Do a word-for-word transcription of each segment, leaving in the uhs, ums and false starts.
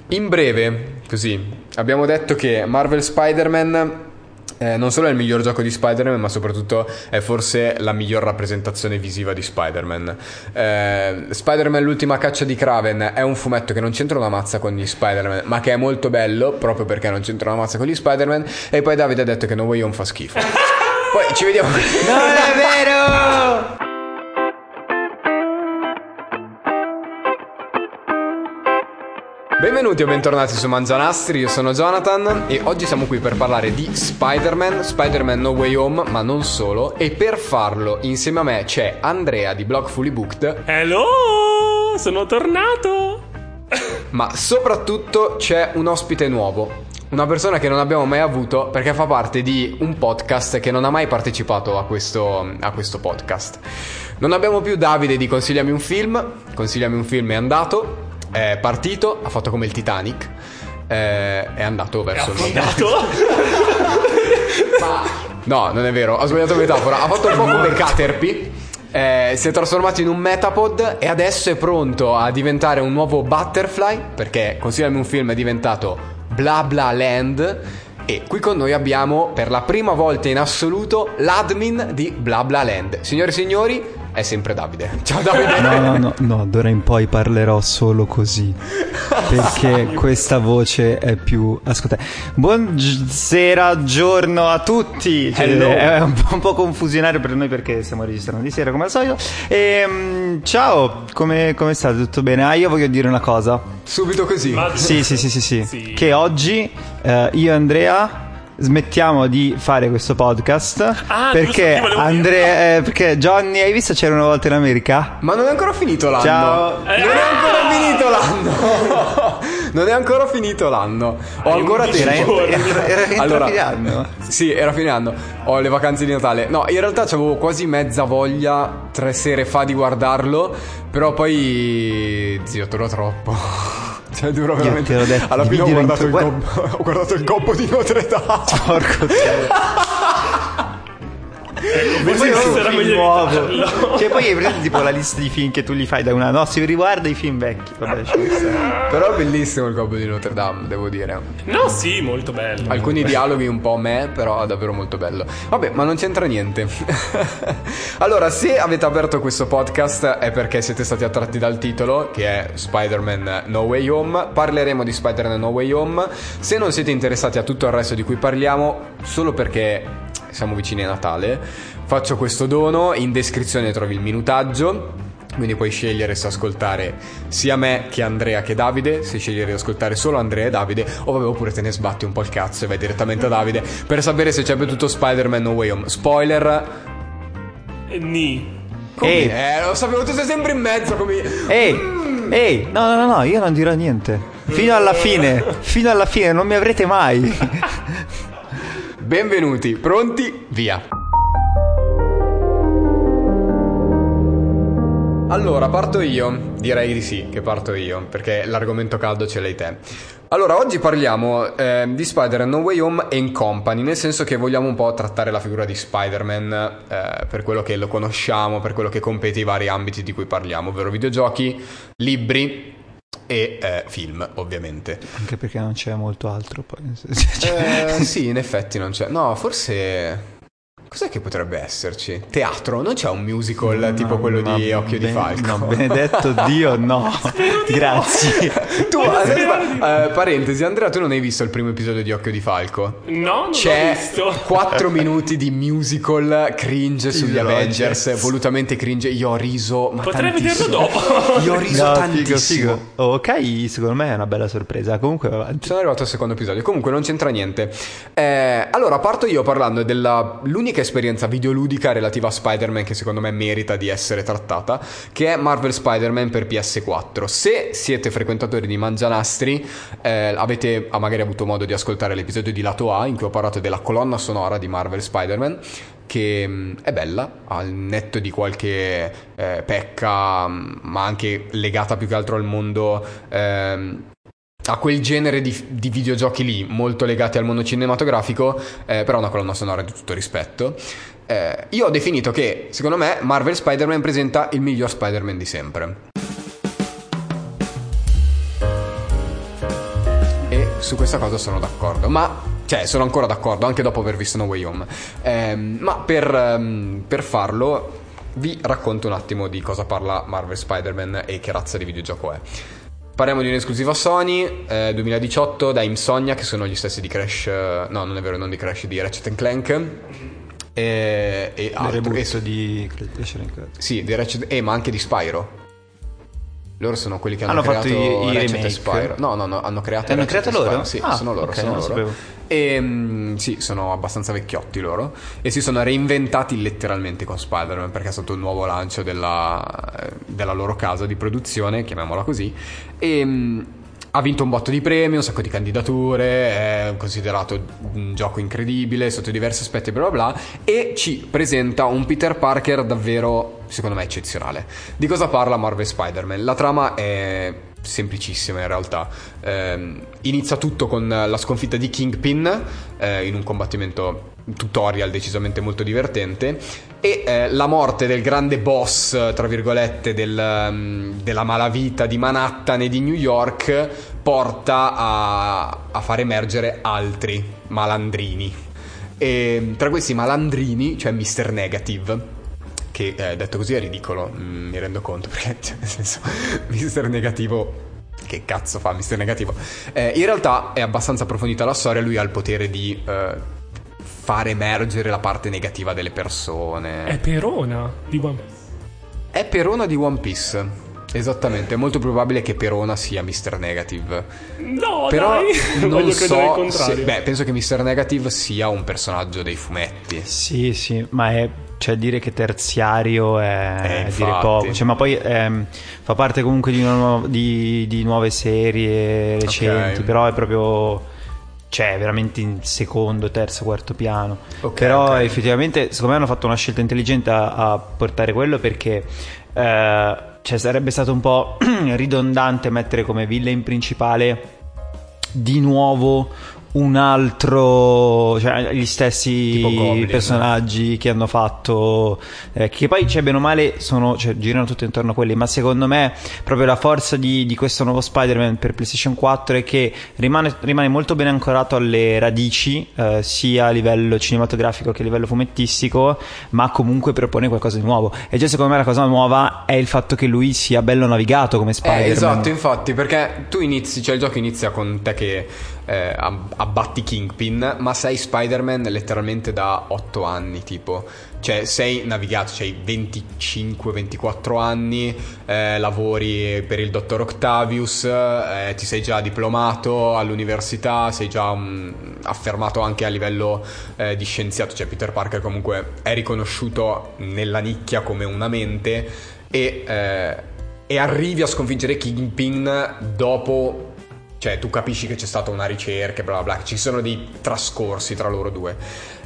In breve, così, abbiamo detto che Marvel Spider-Man eh, non solo è il miglior gioco di Spider-Man, ma soprattutto è forse la miglior rappresentazione visiva di Spider-Man. eh, Spider-Man l'ultima caccia di Kraven è un fumetto che non c'entra una mazza con gli Spider-Man, ma che è molto bello proprio perché non c'entra una mazza con gli Spider-Man. E poi Davide ha detto che No Way Home fa schifo. Poi ci vediamo. Non è vero! Benvenuti o bentornati su Mangianastri, io sono Jonathan e oggi siamo qui per parlare di Spider-Man, Spider-Man No Way Home, ma non solo. E per farlo insieme a me c'è Andrea di Blog Fully Booked. Hello, sono tornato! Ma soprattutto c'è un ospite nuovo, una persona che non abbiamo mai avuto perché fa parte di un podcast che non ha mai partecipato a questo, a questo podcast. Non abbiamo più Davide di Consigliami un film. Consigliami un film è andato, è partito, ha fatto come il Titanic, eh, è andato verso il Andato? Ma no, non è vero, ho sbagliato metafora. Ha fatto un po' come Caterpie, eh, si è trasformato in un Metapod e adesso è pronto a diventare un nuovo Butterfly, perché Consigliami un film è diventato Bla Bla Land. E qui con noi abbiamo per la prima volta in assoluto l'admin di Bla Bla Land. Signore e signori, è sempre Davide. Ciao Davide. No, no, no, no, d'ora in poi parlerò solo così, perché questa voce è più... Ascolta, buonasera, giorno a tutti. Cioè, è un po', un po' confusionario per noi perché stiamo registrando di sera come al solito. E, um, ciao, come, come state? Tutto bene? Ah, io voglio dire una cosa. Subito così? Ma- Sì, sì, sì, sì, sì. Sì. Che oggi eh, io e Andrea smettiamo di fare questo podcast. Ah, perché giusto, io volevo Andrea, eh, perché Johnny, hai visto C'era una volta in America? Ma non è ancora finito l'anno. Ciao. Non è ancora finito l'anno. Non è ancora finito l'anno. Ho ancora undici tempo. Era, era, era entro Allora, fine anno. sì, era fine anno. Ho le vacanze di Natale. No, in realtà avevo quasi mezza voglia tre sere fa di guardarlo. Però poi, zio, dura troppo. Cioè, dura Io veramente. te l'ho detto, Alla fine ho dividilo in guardato, il due. gobbo, ho guardato il gobbo di Notre Dame. Porco Forse poi sarà un film meglio nuovo. evitarlo. Cioè poi hai preso tipo la lista di film che tu gli fai da una. No, si riguarda i film vecchi. Vabbè, ci sta. Però è bellissimo il gobbo di Notre Dame, devo dire. No, sì, molto bello. Alcuni dialoghi un po' me, però è davvero molto bello. Vabbè, ma non c'entra niente. Allora, se avete aperto questo podcast è perché siete stati attratti dal titolo, che è Spider-Man No Way Home. Parleremo di Spider-Man No Way Home. Se non siete interessati a tutto il resto di cui parliamo, solo perché siamo vicini a Natale, faccio questo dono. In descrizione trovi il minutaggio, quindi puoi scegliere se ascoltare sia me che Andrea che Davide, se scegliere di ascoltare solo Andrea e Davide, o vabbè, oppure te ne sbatti un po' il cazzo e vai direttamente a Davide per sapere se c'è tutto Spider-Man No Way Home. Spoiler. Eh, Ni. Come? Ehi. Eh, lo sapevo, tu sei sempre in mezzo come... Ehi, ehi, no, no, no, no, io non dirò niente. Fino alla fine, fino alla fine, non mi avrete mai. Benvenuti, pronti, via. Allora, parto io? Direi di sì, che parto io, perché l'argomento caldo ce l'hai te. Allora, oggi parliamo eh, di Spider-Man No Way Home and Company, nel senso che vogliamo un po' trattare la figura di Spider-Man eh, per quello che lo conosciamo, per quello che compete i vari ambiti di cui parliamo, ovvero videogiochi, libri e eh, film, ovviamente. Anche perché non c'è molto altro poi. Eh, sì, in effetti non c'è. No, forse... Cos'è che potrebbe esserci? Teatro? Non c'è un musical No, tipo quello no, di Occhio ben- di Falco? No, benedetto Dio, no. Grazie. Tu, Andrea, eh, parentesi, Andrea, tu non hai visto il primo episodio di Occhio di Falco? No, non l'ho C'è visto. quattro minuti di musical cringe sugli Io Avengers, Avengers. volutamente cringe. Io ho riso, ma Potrei vederlo tantissimo. dopo. Io ho riso No, tantissimo. figo, figo. Oh, ok, secondo me è una bella sorpresa. Comunque va avanti. Sono arrivato al secondo episodio. Comunque non c'entra niente. eh, Allora parto io parlando dell'unica esperienza videoludica relativa a Spider-Man che secondo me merita di essere trattata, che è Marvel Spider-Man per P S quattro. Se siete frequentatori di Mangianastri, eh, avete ah, magari avuto modo di ascoltare l'episodio di Lato A in cui ho parlato della colonna sonora di Marvel Spider-Man, che mh, è bella, al netto di qualche eh, pecca, mh, ma anche legata più che altro al mondo, ehm, a quel genere di, di videogiochi lì, molto legati al mondo cinematografico, eh, però una colonna sonora di tutto rispetto. Eh, io ho definito che, secondo me, Marvel Spider-Man presenta il miglior Spider-Man di sempre. e su questa cosa sono d'accordo, ma cioè sono ancora d'accordo anche dopo aver visto No Way Home. Ehm, ma per, um, per farlo vi racconto un attimo di cosa parla Marvel Spider-Man e che razza di videogioco è. Parliamo di un'esclusiva Sony eh, duemiladiciotto da Insomnia, che sono gli stessi di Crash, eh, no non è vero, non di Crash, di Ratchet and Clank e, e altro. Il di Ratchet and Clank. Sì, di Ratchet, eh, ma anche di Spyro. Loro sono quelli che hanno, hanno creato fatto i, i Ratchet e Spyro. No, no, no, hanno creato Hanno Ratchet creato e loro? Spyro. Sì, ah, sono loro, okay, sono loro. E mh, sì, sono abbastanza vecchiotti loro e si sono reinventati letteralmente con Spider-Man, perché è stato il nuovo lancio della, della loro casa di produzione, chiamiamola così. E mh, ha vinto un botto di premi, un sacco di candidature, è considerato un gioco incredibile sotto diversi aspetti, bla bla bla, e ci presenta un Peter Parker davvero, secondo me, eccezionale. Di cosa parla Marvel Spider-Man? La trama è semplicissima in realtà. Eh, inizia tutto con la sconfitta di Kingpin eh, in un combattimento tutorial decisamente molto divertente, e eh, la morte del grande boss, tra virgolette, del, um, della malavita di Manhattan e di New York porta a, a far emergere altri malandrini, e tra questi malandrini c'è mister Negative, che eh, detto così è ridicolo, mm, mi rendo conto, perché cioè, nel senso, mister Negativo, che cazzo fa mister Negativo? Eh, in realtà è abbastanza approfondita la storia, lui ha il potere di eh, far emergere la parte negativa delle persone. È Perona di One È Perona di One Piece. Esattamente, è molto probabile che Perona sia mister Negative. No, però dai. non Voglio so credere il contrario. se, beh, penso che mister Negative sia un personaggio dei fumetti. Sì, sì, ma è, cioè, dire che terziario è, Eh, è dire infatti. poco. Cioè, ma poi ehm, fa parte comunque di, una nuova- di, di nuove serie recenti, Ok. però è proprio, cioè, veramente in secondo, terzo, quarto piano. Ok, Però ok. effettivamente secondo me hanno fatto una scelta intelligente a, a portare quello, perché eh, cioè, sarebbe stato un po' ridondante mettere come villain principale di nuovo un altro, cioè gli Tipo stessi Goblin. personaggi che hanno fatto, eh, che poi, cioè, bene o male sono, cioè, girano tutto intorno a quelli, ma secondo me proprio la forza di, di questo nuovo Spider-Man per PlayStation quattro è che rimane, rimane molto ben ancorato alle radici, eh, sia a livello cinematografico che a livello fumettistico, ma comunque propone qualcosa di nuovo. E già secondo me la cosa nuova è il fatto che lui sia bello navigato come Spider-Man. Eh, esatto, infatti, perché tu inizi, cioè il gioco inizia con te che eh, ab- abbatti Kingpin, ma sei Spider-Man letteralmente da otto anni, tipo. Cioè sei navigato, cioè hai venticinque ventiquattro anni, eh, lavori per il dottor Octavius, eh, ti sei già diplomato all'università, sei già um, affermato anche a livello eh, di scienziato, cioè Peter Parker comunque è riconosciuto nella nicchia come una mente, e, eh, e arrivi a sconfiggere Kingpin dopo, cioè tu capisci che c'è stata una ricerca, bla bla bla, ci sono dei trascorsi tra loro due,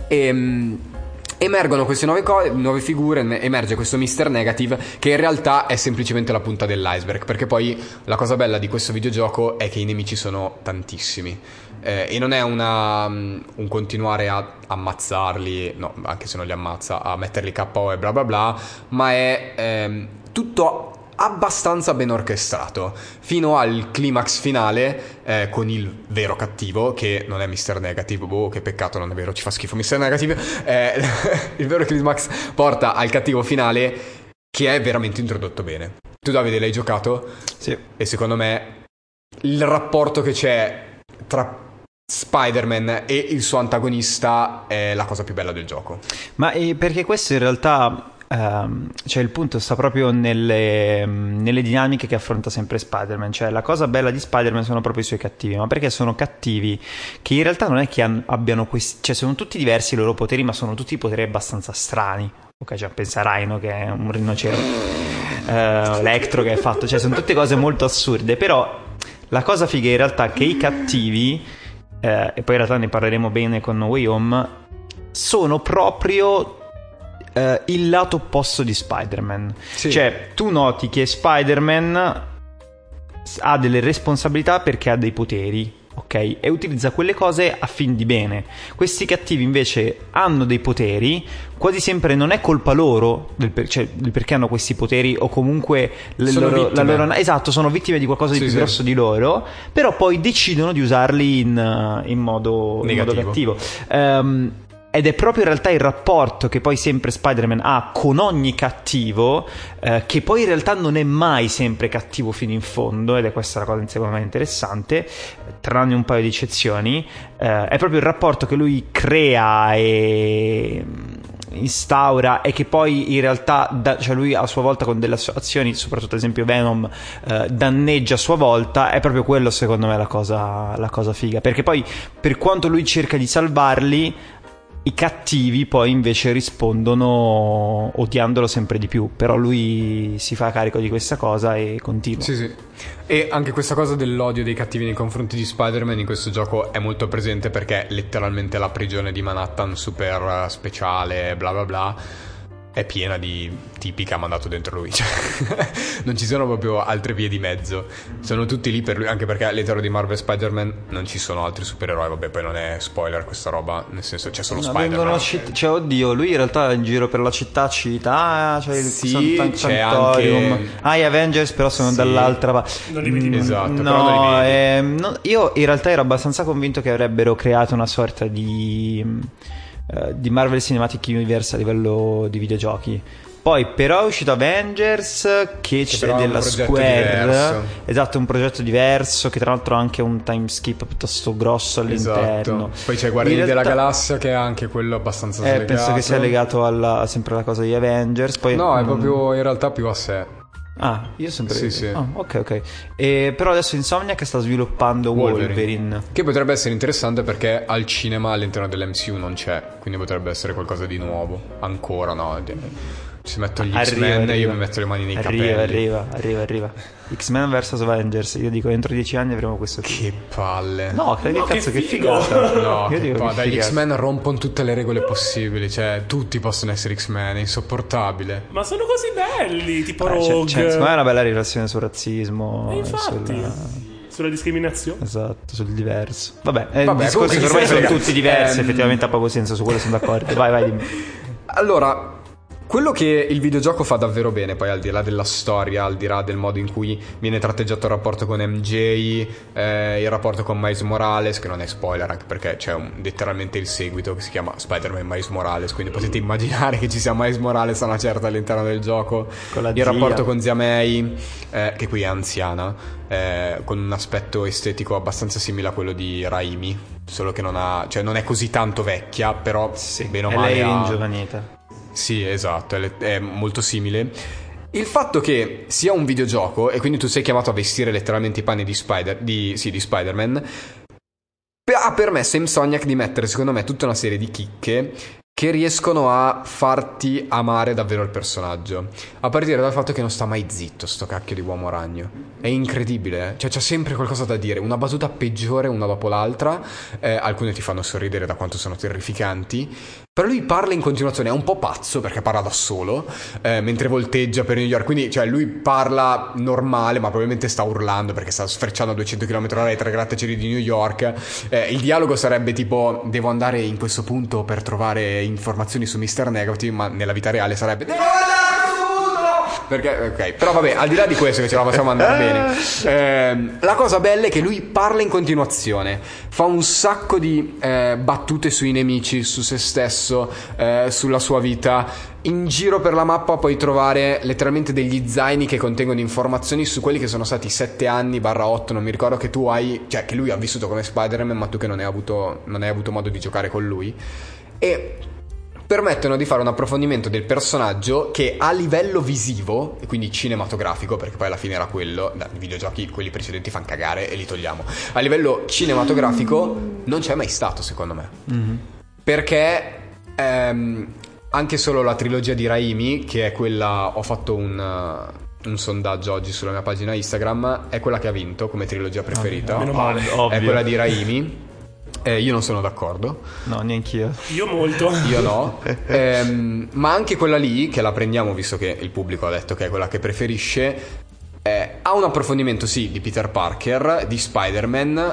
e emergono queste nuove, co- nuove figure, emerge questo mister Negative, che in realtà è semplicemente la punta dell'iceberg, perché poi la cosa bella di questo videogioco è che i nemici sono tantissimi, eh, e non è una, um, un continuare a ammazzarli, no, anche se non li ammazza, a metterli K O e bla bla bla, ma è ehm, tutto abbastanza ben orchestrato fino al climax finale, eh, con il vero cattivo, che non è mister Negative. Boh, che peccato, non è vero, ci fa schifo mister Negative. eh, il vero climax porta al cattivo finale, che è veramente introdotto bene. Tu, Davide, l'hai giocato? Sì. E secondo me il rapporto che c'è tra Spider-Man e il suo antagonista è la cosa più bella del gioco. Ma eh, perché questo in realtà, Um, cioè il punto sta proprio nelle, nelle dinamiche che affronta sempre Spider-Man. Cioè la cosa bella di Spider-Man sono proprio i suoi cattivi, ma perché sono cattivi che in realtà non è che han, abbiano questi, cioè sono tutti diversi i loro poteri, ma sono tutti poteri abbastanza strani. Ok, cioè pensa a Rhino che è un rinoceronte, uh, Electro che è fatto, cioè sono tutte cose molto assurde. Però la cosa figa in realtà è che i cattivi, eh, e poi in realtà ne parleremo bene con No Way Home, sono proprio Uh, il lato opposto di Spider-Man. Sì. Cioè tu noti che Spider-Man ha delle responsabilità perché ha dei poteri, ok? ok? E utilizza quelle cose a fin di bene. Questi cattivi invece hanno dei poteri, quasi sempre non è colpa loro del, per, cioè, del perché hanno questi poteri, o comunque le sono loro, la loro, esatto, sono vittime di qualcosa di sì, più sì. grosso di loro, però poi decidono di usarli in, in, modo, in modo cattivo. Um, ed è proprio in realtà il rapporto che poi sempre Spider-Man ha con ogni cattivo, eh, che poi in realtà non è mai sempre cattivo fino in fondo, ed è questa la cosa secondo me interessante, tranne un paio di eccezioni. Eh, è proprio il rapporto che lui crea e instaura, e che poi in realtà da, cioè lui a sua volta con delle azioni, soprattutto ad esempio Venom, eh, danneggia a sua volta. È proprio quello secondo me la cosa, la cosa figa, perché poi per quanto lui cerca di salvarli, i cattivi poi invece rispondono odiandolo sempre di più, però lui si fa carico di questa cosa e continua. Sì, sì. E anche questa cosa dell'odio dei cattivi nei confronti di Spider-Man in questo gioco è molto presente, perché letteralmente la prigione di Manhattan super speciale, bla bla bla, è piena di tipi che ha mandato dentro lui, cioè, non ci sono proprio altre vie di mezzo, sono tutti lì per lui, anche perché all'interno di Marvel Spider-Man non ci sono altri supereroi. Vabbè, poi non è spoiler questa roba, nel senso c'è solo no, Spider-Man. Cit- cioè oddio, lui in realtà in giro per la città cita, ah, cioè il sì, San- c'è Santorium. anche Ah, gli Avengers però sono sì. dall'altra pa- Non li vedi. Esatto, no, però non li vedi. ehm, no, io in realtà ero abbastanza convinto che avrebbero creato una sorta di uh, di Marvel Cinematic Universe a livello di videogiochi. Poi però è uscito Avengers, che c'è però è un della progetto Square, diverso. esatto, un progetto diverso che tra l'altro ha anche un time skip piuttosto grosso all'interno. Esatto. Poi c'è Guardiani In della realtà- Galassia, che è anche quello abbastanza eh, slegato. penso che sia legato alla, sempre alla cosa di Avengers. Poi No, è non- proprio in realtà più a sé. Ah, io sempre Sì, sì. Ah, ok, ok. E, però adesso Insomniac sta sviluppando Wolverine. Wolverine. Che potrebbe essere interessante, perché al cinema all'interno dell'M C U non c'è, quindi potrebbe essere qualcosa di nuovo. Ancora no. Si mettono gli Arriva, X-Men e io arriva. mi metto le mani nei Arriva, capelli. arriva, arriva, arriva. X-Men versus Avengers. Io dico entro dieci anni avremo questo qui. Che palle. No, che No, cazzo, che che figo. figata. No, Io che dico pa- che dai, gli figata. X-Men rompono tutte le regole possibili. Cioè, tutti possono essere X-Men, è insopportabile. Ma sono così belli, tipo Eh, c'è- Rogue. c'è- secondo me è una bella riflessione sul razzismo. E infatti, sulla- sulla discriminazione. Esatto, sul diverso. Vabbè, eh, Vabbè, discorsi comunque che chi ormai se ne sono frega. tutti diversi. Ehm, Effettivamente ha poco senso, su quello sono d'accordo. Vai, vai, dimmi. Allora, quello che il videogioco fa davvero bene, poi al di là della storia, al di là del modo in cui viene tratteggiato il rapporto con M J, eh, il rapporto con Miles Morales, che non è spoiler anche perché c'è un, letteralmente il seguito che si chiama Spider-Man Miles Morales, quindi potete immaginare che ci sia Miles Morales a una certa all'interno del gioco. Con la il zia. rapporto con zia May, eh, che qui è anziana, eh, con un aspetto estetico abbastanza simile a quello di Raimi, solo che non ha, cioè non è così tanto vecchia, però Sì, bene o e male lei è ha- ingiovanita. sì, esatto, è, è molto simile. Il fatto che sia un videogioco e quindi tu sei chiamato a vestire letteralmente i panni di, Spider, di, sì, di Spider-Man ha permesso a Insomniac di mettere, secondo me, tutta una serie di chicche che riescono a farti amare davvero il personaggio, a partire dal fatto che non sta mai zitto sto cacchio di uomo ragno. È incredibile, eh? Cioè c'ha sempre qualcosa da dire, una battuta peggiore una dopo l'altra, eh, alcune ti fanno sorridere da quanto sono terrificanti, però lui parla in continuazione, è un po' pazzo perché parla da solo, eh, mentre volteggia per New York, quindi cioè lui parla normale ma probabilmente sta urlando perché sta sfrecciando a duecento chilometri all'ora ai tre grattacieli di New York. Eh, il dialogo sarebbe tipo: devo andare in questo punto per trovare informazioni su mister Negative, ma nella vita reale sarebbe: devo andare a questo punto perché, ok, però vabbè, al di là di questo, che ce la possiamo andare bene, ehm, la cosa bella è che lui parla in continuazione, fa un sacco di eh, battute sui nemici, su se stesso, eh, sulla sua vita. In giro per la mappa puoi trovare letteralmente degli zaini che contengono informazioni su quelli che sono stati sette anni barra otto, non mi ricordo, che tu hai, cioè che lui ha vissuto come Spider-Man, ma tu che non hai avuto, non hai avuto modo di giocare con lui, e permettono di fare un approfondimento del personaggio che a livello visivo, e quindi cinematografico, perché poi alla fine era quello, i videogiochi quelli precedenti fanno cagare e li togliamo, a livello cinematografico non c'è mai stato, secondo me. Mm-hmm. Perché ehm, anche solo la trilogia di Raimi, che è quella, ho fatto un, uh, un sondaggio oggi sulla mia pagina Instagram, è quella che ha vinto come trilogia preferita. Meno male. Ovvio. È quella di Raimi. Eh, io non sono d'accordo. No, neanch'io. Io molto. Io no. ehm, ma anche quella lì, che la prendiamo visto che il pubblico ha detto che è quella che preferisce, eh, ha un approfondimento sì di Peter Parker, di Spider-Man,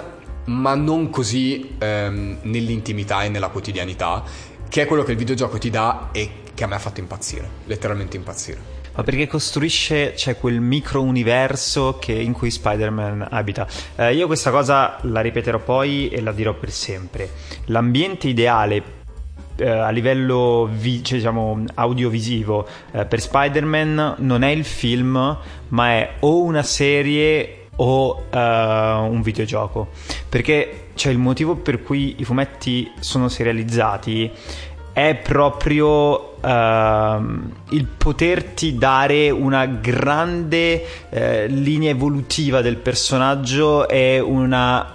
ma non così ehm, nell'intimità e nella quotidianità, che è quello che il videogioco ti dà e che a me ha fatto impazzire, letteralmente impazzire. Ma perché costruisce, c'è quel micro universo che, in cui Spider-Man abita. Eh, io questa cosa la ripeterò poi e la dirò per sempre. L'ambiente ideale eh, a livello vi- cioè, diciamo audiovisivo eh, per Spider-Man non è il film, ma è o una serie o uh, un videogioco, perché c'è il motivo per cui i fumetti sono serializzati è proprio uh, il poterti dare una grande uh, linea evolutiva del personaggio e una,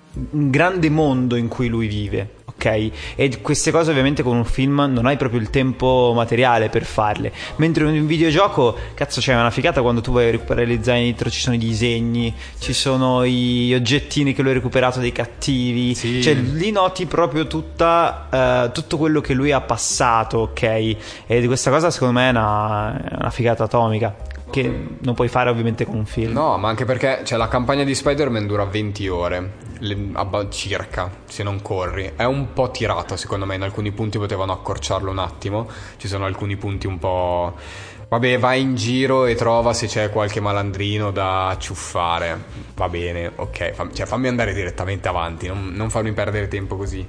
un grande mondo in cui lui vive. Ok? E queste cose ovviamente con un film non hai proprio il tempo materiale per farle, mentre in un videogioco cazzo c'è una figata quando tu vai a recuperare le zaini dietro, ci sono i disegni, ci sono gli oggettini che lui ha recuperato dei cattivi, sì. Cioè lì noti proprio tutta uh, tutto quello che lui ha passato, ok? E di questa cosa secondo me è una, è una figata atomica che non puoi fare ovviamente con un film. No, ma anche perché cioè, la campagna di Spider-Man dura venti ore le, abba, circa, se non corri. È un po' tirata secondo me, in alcuni punti potevano accorciarlo un attimo. Ci sono alcuni punti un po'... Vabbè, vai in giro e trova se c'è qualche malandrino da ciuffare. Va bene, ok, fam- cioè fammi andare direttamente avanti, non, non farmi perdere tempo così.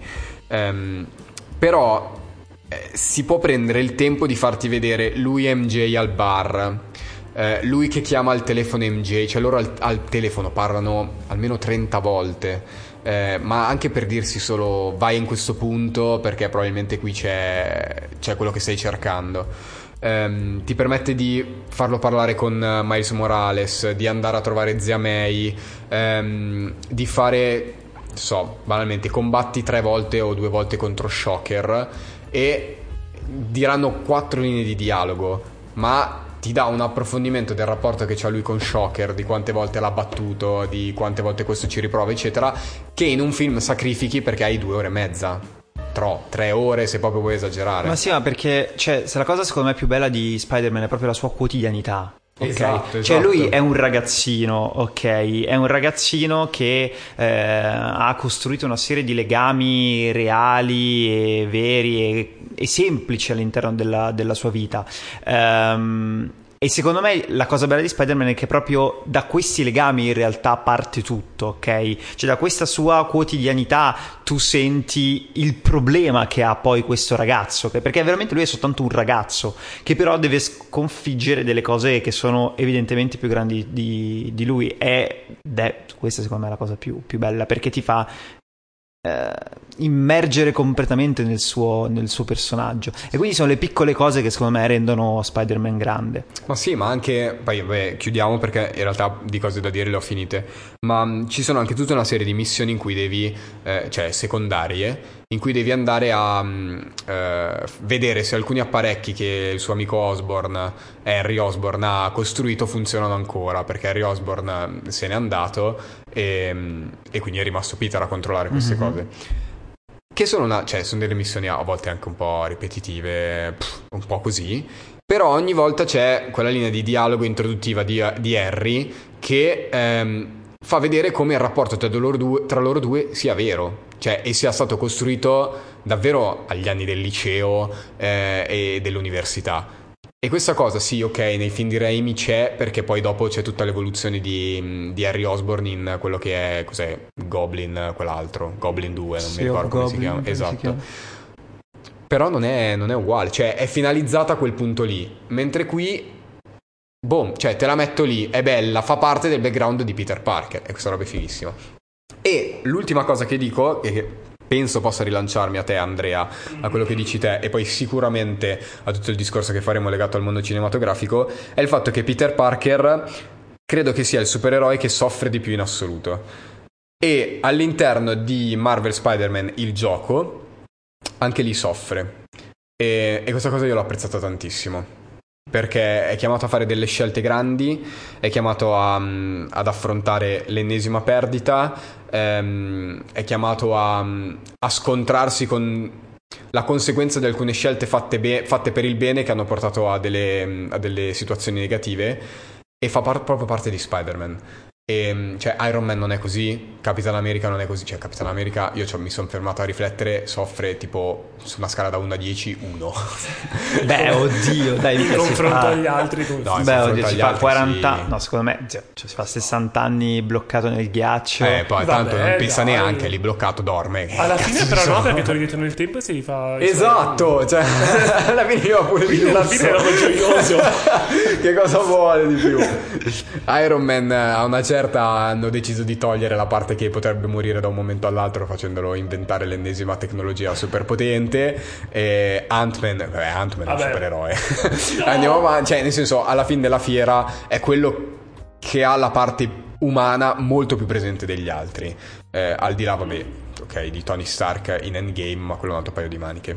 Um, però eh, si può prendere il tempo di farti vedere lui e M J al bar. Eh, lui che chiama al telefono M J, cioè loro al, al telefono parlano almeno trenta volte, eh, ma anche per dirsi solo vai in questo punto perché probabilmente qui c'è, c'è quello che stai cercando. Eh, ti permette di farlo parlare con Miles Morales, di andare a trovare zia May, ehm, di fare, so, banalmente combatti tre volte o due volte contro Shocker e diranno quattro linee di dialogo, ma ti dà un approfondimento del rapporto che c'ha lui con Shocker, di quante volte l'ha battuto, di quante volte questo ci riprova, eccetera, che in un film sacrifichi perché hai due ore e mezza. Tro, tre ore se proprio vuoi esagerare. Ma sì, ma perché cioè, se la cosa secondo me più bella di Spider-Man è proprio la sua quotidianità. Okay. Esatto, cioè esatto. lui è un ragazzino, ok? È un ragazzino che eh, ha costruito una serie di legami reali e veri e, e semplici all'interno della, della sua vita. Um, E secondo me la cosa bella di Spider-Man è che proprio da questi legami in realtà parte tutto, ok? Cioè da questa sua quotidianità tu senti il problema che ha poi questo ragazzo, okay? Perché veramente lui è soltanto un ragazzo che però deve sconfiggere delle cose che sono evidentemente più grandi di, di lui, ed è questa secondo me è la cosa più, più bella, perché ti fa Uh, immergere completamente nel suo, nel suo personaggio, e quindi sono le piccole cose che secondo me rendono Spider-Man grande. Ma sì, ma anche poi vabbè, chiudiamo perché in realtà di cose da dire le ho finite, ma mh, ci sono anche tutta una serie di missioni in cui devi eh, cioè secondarie in cui devi andare a mh, eh, vedere se alcuni apparecchi che il suo amico Osborn, Harry Osborn, ha costruito funzionano ancora, perché Harry Osborn se n'è andato e, mh, e quindi è rimasto Peter a controllare queste mm-hmm. cose. Che sono una, cioè sono delle missioni a volte anche un po' ripetitive, pff, un po' così, però ogni volta c'è quella linea di dialogo introduttiva di, di Harry che ehm, fa vedere come il rapporto tra loro due, tra loro due sia vero, cioè e sia stato costruito davvero agli anni del liceo eh, e dell'università. E questa cosa sì, ok, nei film di Raimi c'è, perché poi dopo c'è tutta l'evoluzione di, di Harry Osborn in quello che è, cos'è, Goblin, quell'altro, Goblin due, non sì, mi ricordo come Goblin, si chiama, esatto. Si chiama. Però non è, non è uguale, cioè è finalizzata a quel punto lì, mentre qui, boom, cioè te la metto lì, è bella, fa parte del background di Peter Parker, e questa roba è fighissima. E l'ultima cosa che dico, e che penso possa rilanciarmi a te Andrea, a quello che dici te, e poi sicuramente a tutto il discorso che faremo legato al mondo cinematografico, è il fatto che Peter Parker credo che sia il supereroe che soffre di più in assoluto. E all'interno di Marvel Spider-Man il gioco anche lì soffre, e, e questa cosa io l'ho apprezzata tantissimo, perché è chiamato a fare delle scelte grandi, è chiamato a, ad affrontare l'ennesima perdita, ehm, è chiamato a, a scontrarsi con la conseguenza di alcune scelte fatte, be- fatte per il bene che hanno portato a delle, a delle situazioni negative, e fa par- proprio parte di Spider-Man. E, cioè Iron Man non è così, Capitan America non è così. Cioè Capitan America, io mi sono fermato a riflettere, soffre tipo su una scala da uno a dieci, uno. Beh, oddio, dai, in confronto agli altri No, in beh, confronto oddio, agli si fa altri, quaranta, sì. no, secondo me cioè, si fa sessanta anni bloccato nel ghiaccio. Eh, poi Vabbè, tanto non pensa dai. neanche, lì bloccato, dorme. Che alla cazzo fine ne però so? no, perché torni dietro nel tempo e si rifà i Esatto, cioè alla fine io pure di suoi- alla lusso. fine era gioioso. Che cosa vuole di più? Iron Man a una certa hanno deciso di togliere la parte che potrebbe morire da un momento all'altro, facendolo inventare l'ennesima tecnologia super potente. E Ant-Man, vabbè, Ant-Man è un Vabbè. supereroe. Andiamo avanti, cioè nel senso, alla fine della fiera è quello che ha la parte umana molto più presente degli altri, eh, al di là, vabbè, ok, di Tony Stark in Endgame, ma quello è un altro paio di maniche.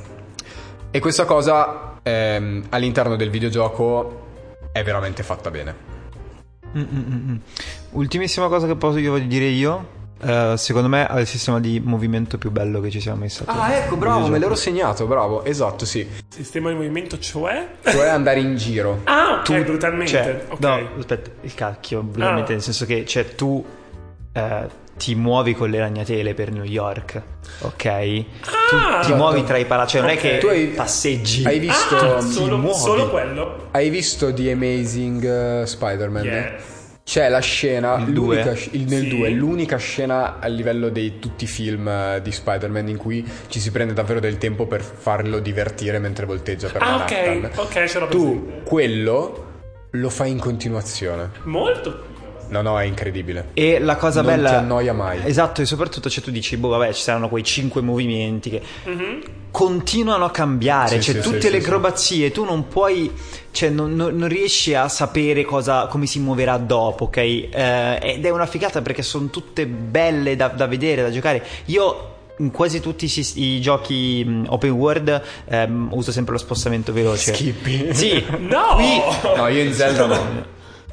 E questa cosa ehm, all'interno del videogioco è veramente fatta bene. Mm-mm-mm. Ultimissima cosa che posso io voglio dire io, eh, secondo me ha il sistema di movimento più bello che ci siamo mai stati. Ah, ecco, bravo, me l'ero segnato, bravo, esatto, sì. Sistema di movimento, cioè? Cioè andare in giro. Ah, ok, Tu- brutalmente. Cioè, ok. no, aspetta, il cacchio, brutalmente, Ah. nel senso che cioè, tu eh, ti muovi con le ragnatele per New York, ok? Ah, tu ti muovi tra i palazzi, cioè non è Ok. che Tu hai- passeggi. Hai visto, Ah, ti solo, muovi. solo quello? hai visto The Amazing uh, Spider-Man? Yes. C'è la scena, Il l'unica, due. sc- il, nel Sì. due, l'unica scena a livello di tutti i film uh, di Spider-Man in cui ci si prende davvero del tempo per farlo divertire mentre volteggia per Ah, Manhattan. ok, ok, ce l'ho Tu presente. quello lo fai in continuazione. Molto. No, no, è incredibile. E la cosa Non bella ti annoia mai. Esatto, e soprattutto cioè, tu dici, boh, vabbè, ci saranno quei cinque movimenti che continuano a cambiare, Sì, cioè sì, tutte sì, le sì, acrobazie, tu non puoi, cioè non, non- non riesci a sapere cosa, come si muoverà dopo, ok? Eh, ed è una figata perché sono tutte belle da, da vedere, da giocare. Io in quasi tutti i, sis- i giochi mh, open world ehm, uso sempre lo spostamento veloce. Schippi. Sì, No! qui No, io in Zelda no.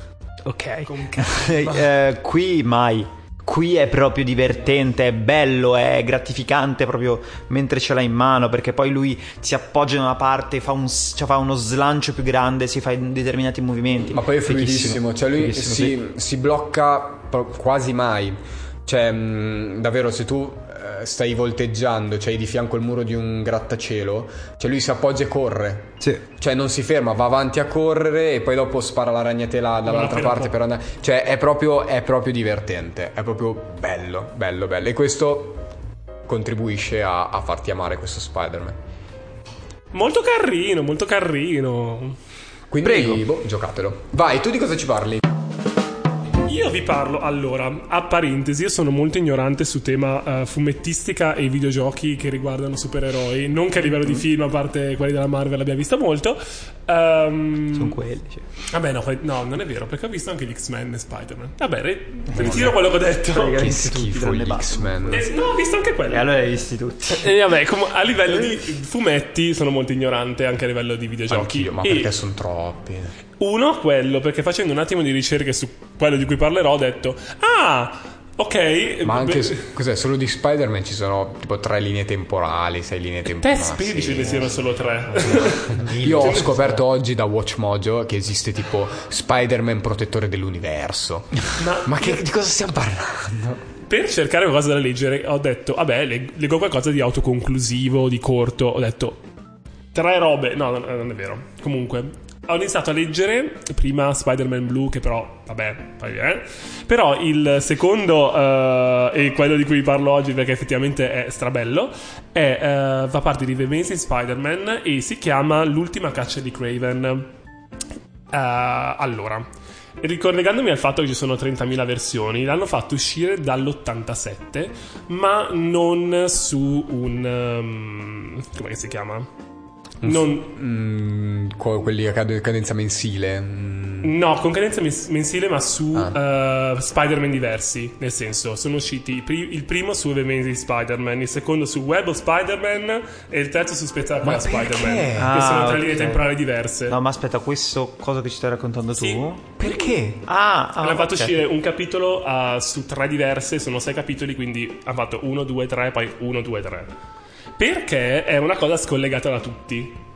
ok. Con Eh, qui mai. Qui è proprio divertente, è bello, è gratificante proprio mentre ce l'ha in mano, perché poi lui si appoggia in una parte, fa, un, cioè fa uno slancio più grande, si fa in determinati movimenti. Ma poi è Fighissimo, fluidissimo, cioè lui fighissimo, si, sì. si blocca pro- quasi mai. Cioè, mh, davvero, se tu eh, stai volteggiando, c'hai di fianco il muro di un grattacielo, cioè lui si appoggia e corre. Sì. Cioè non si ferma, va avanti a correre e poi dopo spara la ragnatela dall'altra appena parte può. per andare. Cioè è proprio, è proprio divertente, è proprio bello, bello, bello. E questo contribuisce a, a farti amare questo Spider-Man. Molto carino, molto carino. Quindi, Prego. boh, giocatelo. Vai, tu di cosa ci parli? Io vi parlo, allora, a parentesi, io sono molto ignorante su tema eh, fumettistica e videogiochi che riguardano supereroi, non che a livello di film, a parte quelli della Marvel, abbia visto molto. Ehm, Sono quelli. Cioè. Vabbè, no, que- no, non è vero, perché ho visto anche gli X-Men e Spider-Man. Vabbè, re- ritiro quello che ho detto. Praticamente Che tutti, schifo tranne gli Batman. X-Men. Eh, no, ho visto anche quello. E allora li hai visti tutti. E vabbè, com- a livello di fumetti sono molto ignorante anche a livello di videogiochi. Anch'io, ma E perché sono troppi. uno, quello, perché facendo un attimo di ricerche su quello di cui parlerò ho detto ah, ok. Ma anche, beh, s- cos'è, solo di Spider-Man ci sono tipo tre linee temporali, sei linee temporali. te spedi ce ne siano solo tre. Io ho scoperto oggi da WatchMojo che esiste tipo Spider-Man protettore dell'universo. Ma, Ma che, di cosa stiamo parlando? per cercare qualcosa da leggere ho detto vabbè, leg- leggo qualcosa di autoconclusivo, di corto. Ho detto tre robe. No, non, non è vero. Comunque ho iniziato a leggere prima Spider-Man Blue, che però vabbè, poi eh. Però il secondo eh, e quello di cui vi parlo oggi, perché effettivamente è strabello, è eh, fa parte di The Amazing Spider-Man e si chiama L'ultima caccia di Craven. Eh, allora, ricollegandomi al fatto che ci sono trentamila versioni, l'hanno fatto uscire dall'ottantasette, ma non su un um, come si chiama? Non, Mm, co- quelli a cad- cadenza mensile. Mm. no, con cadenza mens- mensile, ma su Ah. uh, Spider-Man diversi. Nel senso, sono usciti i pri- il primo su The Amazing Spider-Man, il secondo su Web of Spider-Man e il terzo su Spectacular Ma Spider-Man. perché? Che Ah, sono tre ok. linee temporali diverse. No, ma aspetta, questo cosa che ci stai raccontando Sì. tu? Perché? Ah, ah Hanno fatto ok. uscire un capitolo uh, su tre diverse, sono sei capitoli, quindi hanno fatto uno, due, tre, poi uno, due, tre. Perché è una cosa scollegata da tutti.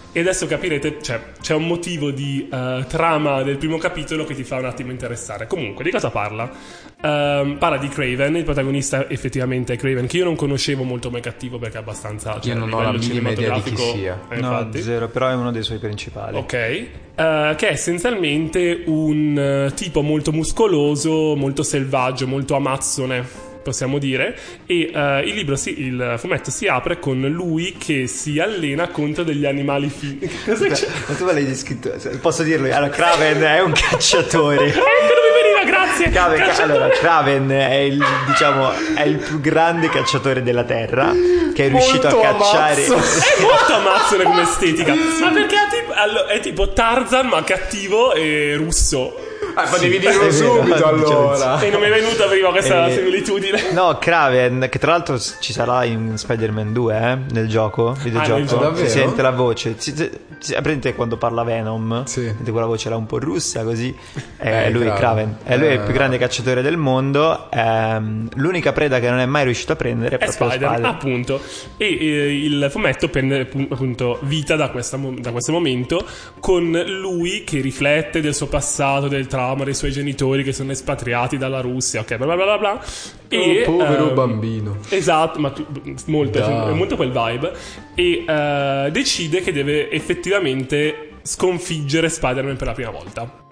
E adesso capirete, cioè, c'è un motivo di uh, trama del primo capitolo che ti fa un attimo interessare. Comunque, di cosa parla? Um, parla di Kraven, il protagonista effettivamente è Kraven, che io non conoscevo molto come cattivo perché è abbastanza... Cioè, io non ho la minima idea di chi sia. Eh, no, infatti. zero, però è uno dei suoi principali. Ok. Uh, che è essenzialmente un uh, tipo molto muscoloso, molto selvaggio, molto amazzone, possiamo dire, e uh, il libro si, il fumetto si apre con lui che si allena contro degli animali fini. Che cosa c'è? Ma tu me l'hai descritto, posso dirlo? Allora, Kraven è un cacciatore. Ecco, non mi veniva, grazie. Kraven, Cacciatore. allora, Kraven è il, diciamo, è il più grande cacciatore della Terra, che è riuscito Molto a cacciare. amazzo. È molto amazzone come estetica, ma perché è tipo, allo- è tipo Tarzan ma cattivo e russo. Ah, ma devi dirlo è vero, subito diciamo allora. E non mi è venuta prima questa Eh, similitudine. No, Kraven, che tra l'altro ci sarà in Spider-Man due, eh, nel gioco, videogioco. Ah, nel gioco. Davvero? Si sente la voce. Si, si, si, prendete quando parla Venom, Sì. sente quella voce là un po' russa così. È Eh, lui, Kraven. Kraven. È lui Eh. il più grande cacciatore del mondo. Ehm, l'unica preda che non è mai riuscito a prendere è È proprio Spider, Spider. appunto. E eh, il fumetto prende appunto vita da, questa mo- da questo momento, con lui che riflette del suo passato, del trauma dei suoi genitori che sono espatriati dalla Russia, ok, bla bla bla bla. E, Oh, povero ehm, bambino. Esatto, ma tu- molto, Dai. è molto quel vibe. E eh, decide che deve effettivamente sconfiggere Spider-Man per la prima volta.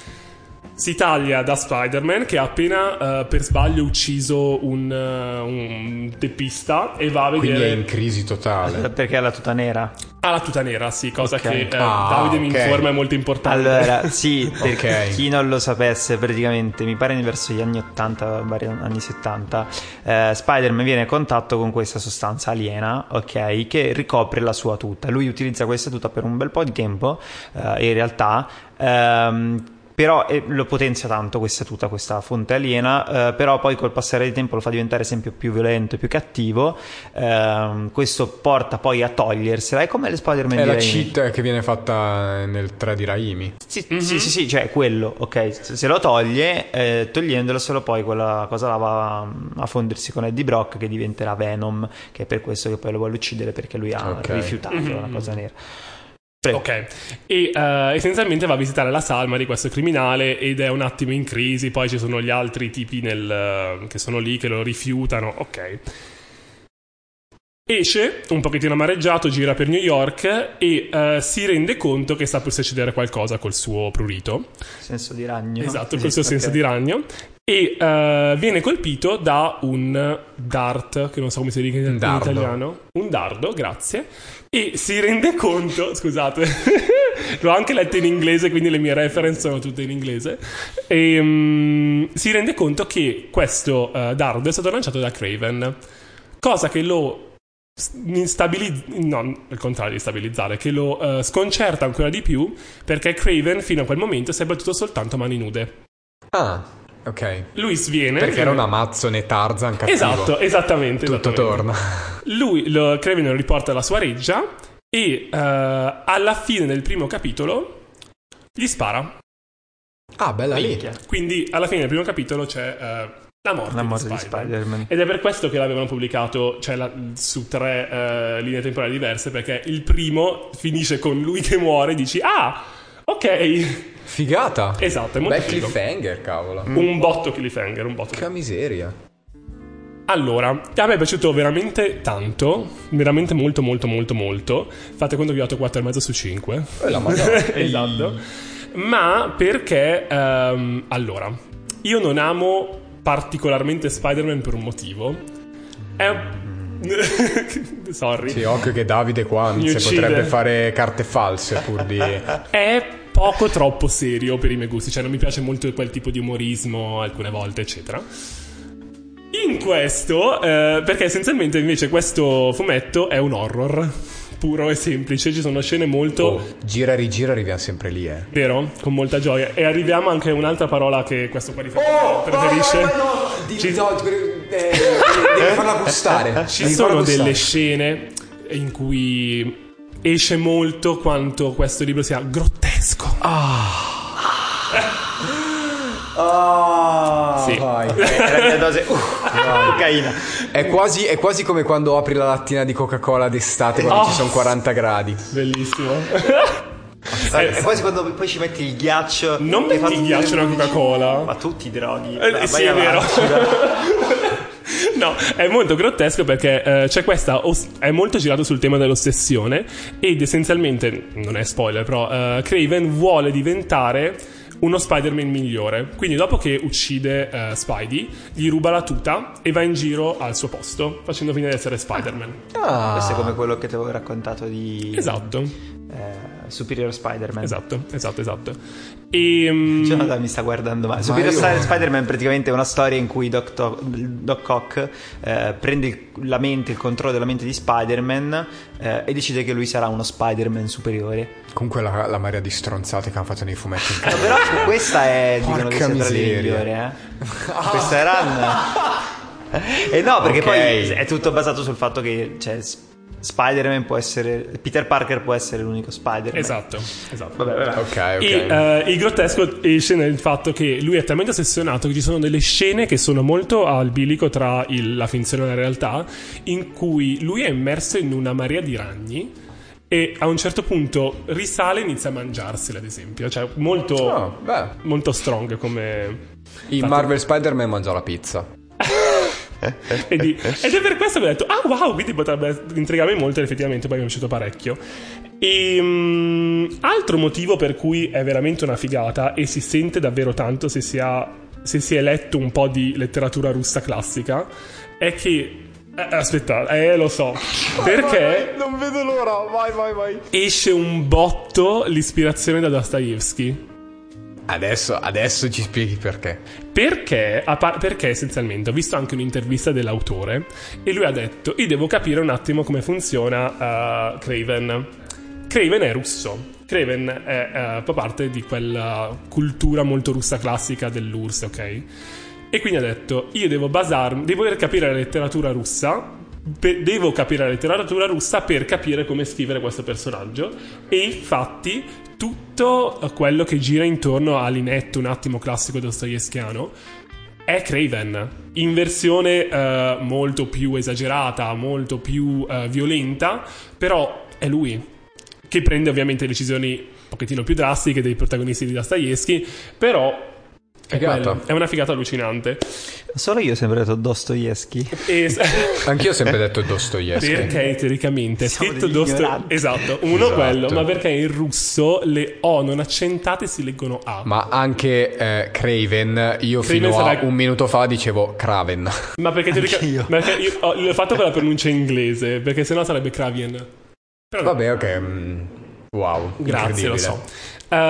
Si taglia da Spider-Man che ha appena eh, per sbaglio ucciso un, eh, un teppista e va a Quindi è vedere... in crisi totale. Perché ha la tuta nera. Ha la tuta nera, sì, cosa Ok. che eh, Ah, Davide mi ok. informa è molto importante. Allora, sì, per Ok. chi non lo sapesse, praticamente mi pare verso gli anni ottanta, vari anni settanta, eh, Spider-Man viene in contatto con questa sostanza aliena, ok, che ricopre la sua tuta. Lui utilizza questa tuta per un bel po' di tempo, eh, in realtà. Ehm, però eh, lo potenzia tanto questa tuta, questa fonte aliena, eh, però poi col passare del tempo lo fa diventare sempre più violento e più cattivo. Ehm, questo porta poi a togliersela. È come le Spider-Man È di la Raimi. cheat che viene fatta nel tre di Raimi. Sì, Mhm. sì, sì, sì, cioè quello, ok, se se lo toglie, eh, togliendolo solo poi quella cosa là va a fondersi con Eddie Brock che diventerà Venom, che è per questo che poi lo vuole uccidere, perché lui ha Ok. rifiutato Mhm. una cosa nera. Prego. Ok, e eh, essenzialmente va a visitare la salma di questo criminale ed è un attimo in crisi, poi ci sono gli altri tipi nel, eh, che sono lì che lo rifiutano, ok. Esce, un pochettino amareggiato, gira per New York e eh, si rende conto che sta per succedere qualcosa col suo prurito. Senso di ragno. Esatto, Sì, col suo ok. senso di ragno. E eh, viene colpito da un dart, che non so come si dice in Un dardo. italiano. Un dardo, grazie. E si rende conto, scusate, l'ho anche letto in inglese, quindi le mie reference sono tutte in inglese. E mm, si rende conto che questo eh, dardo è stato lanciato da Kraven, cosa che lo stabilizza, no, al contrario di stabilizzare, che lo eh, sconcerta ancora di più, perché Kraven fino a quel momento si è battuto soltanto a mani nude. Ah, ok. Lui sviene Perché era un Amazzone Tarzan cattivo. Esatto, esattamente. Tutto esattamente. torna. Lui, lo, Kraven lo riporta alla sua reggia e eh, alla fine del primo capitolo gli spara. Ah, bella lì. Minchia. Quindi alla fine del primo capitolo c'è eh, la morte, La morte di, di Spider. Spider-Man. Ed è per questo che l'avevano pubblicato, cioè la- su tre eh, linee temporali diverse, perché il primo finisce con lui che muore e dici ah, ok. Figata. Esatto, è molto Beh, figo. cliffhanger, cavolo. Un botto cliffhanger, un botto. Che miseria. Allora, a me è piaciuto veramente tanto, veramente molto molto molto molto. Fate conto che io ho dato quattro e mezzo su cinque. Eh, la madonna. Esatto. Ma perché ehm, allora, io non amo particolarmente Spider-Man per un motivo. È sorry. Sì, occhio che Davide qua Mi se uccide. potrebbe fare carte false pur di... È poco troppo serio per i miei gusti, cioè non mi piace molto quel tipo di umorismo alcune volte, eccetera. In questo, eh, perché essenzialmente invece questo fumetto è un horror puro e semplice, ci sono scene molto... Oh, gira e rigira arriviamo sempre lì, eh. Vero? Con molta gioia. E arriviamo anche a un'altra parola che questo qua di preferisce. Ci- devi farla gustare. Ci sono delle scene in cui esce molto quanto questo libro sia grottesco. Ah, Sì. vai. È la mia dose uh, cocaina. È quasi, è quasi come quando apri la lattina di Coca-Cola d'estate quando Oh. ci sono quaranta gradi. Bellissimo. È quasi quando poi ci metti il ghiaccio. Non e metti il ghiaccio nella Coca-Cola. Ma tu ti droghi. Eh, Vai sì, è vero. avanti, dai. No, è molto grottesco perché eh, c'è questa os- è molto girato sul tema dell'ossessione ed essenzialmente, non è spoiler però, eh, Kraven vuole diventare uno Spider-Man migliore. Quindi dopo che uccide eh, Spidey, gli ruba la tuta e va in giro al suo posto facendo finire di essere Spider-Man. Ah. Questo è come quello che ti avevo raccontato di Esatto, eh, Superior Spider-Man. esatto, esatto, esatto. E mm, Jonathan mi sta guardando male. Superior io- Star- Spider-Man praticamente è una storia in cui Doc, To- Doc Ock eh, prende il- la mente, il controllo della mente di Spider-Man eh, e decide che lui sarà uno Spider-Man superiore. Comunque la, la marea di stronzate che hanno fatto nei fumetti. No, però questa è dicono Porca che sia tra le miseria. migliori, eh. Questa run. E no, perché Ok. poi è tutto basato sul fatto che cioè, S- Spider-Man può essere Peter Parker può essere l'unico Spider-Man. esatto, esatto. Vabbè, vabbè. Ok, ok. E eh, il grottesco esce nel fatto che lui è talmente ossessionato che ci sono delle scene che sono molto al bilico tra il- la finzione e la realtà, in cui lui è immerso in una marea di ragni e a un certo punto risale e inizia a mangiarseli, ad esempio. Cioè molto, Oh, beh. molto strong come... In Marvel Spider-Man mangia la pizza. E di- ed è per questo che ho detto ah wow, quindi potrebbe intrigarmi molto, e effettivamente poi mi è piaciuto parecchio. E mm, altro motivo per cui è veramente una figata e si sente davvero tanto se si ha se si è letto un po' di letteratura russa classica è che eh, aspetta, eh lo so perché Non vedo l'ora, vai, vai, vai. esce un botto l'ispirazione da Dostoevsky. Adesso, adesso ci spieghi perché. Perché, a par- perché essenzialmente ho visto anche un'intervista dell'autore e lui ha detto io devo capire un attimo come funziona uh, Kraven. Kraven è russo. Kraven è, uh, fa parte di quella cultura molto russa classica dell'U R S S, ok? E quindi ha detto io devo basarmi, devo capire la letteratura russa, pe- devo capire la letteratura russa per capire come scrivere questo personaggio. E infatti tutto quello che gira intorno all'inetto un attimo classico dostoevskiano è Kraven in versione uh, molto più esagerata, molto più uh, violenta, però è lui che prende ovviamente decisioni un pochettino più drastiche dei protagonisti di Dostoevsky, però è, Figata. quello, è una figata allucinante. Solo io ho sempre detto Dostoevsky. E Anch'io ho sempre detto Dostoevsky. perché teoricamente è Siamo scritto degli Dosto- ignoranti. esatto, uno Esatto. quello, ma perché in russo le O non accentate si leggono A. Ma anche eh, Craven, io Craven fino a sarà- un minuto fa dicevo Craven. Ma perché teoricamente perché io ho- l'ho fatto con la pronuncia inglese, perché sennò sarebbe Kraven. Però no. Vabbè, ok. mm, Wow, Grazie, lo incredibile. so.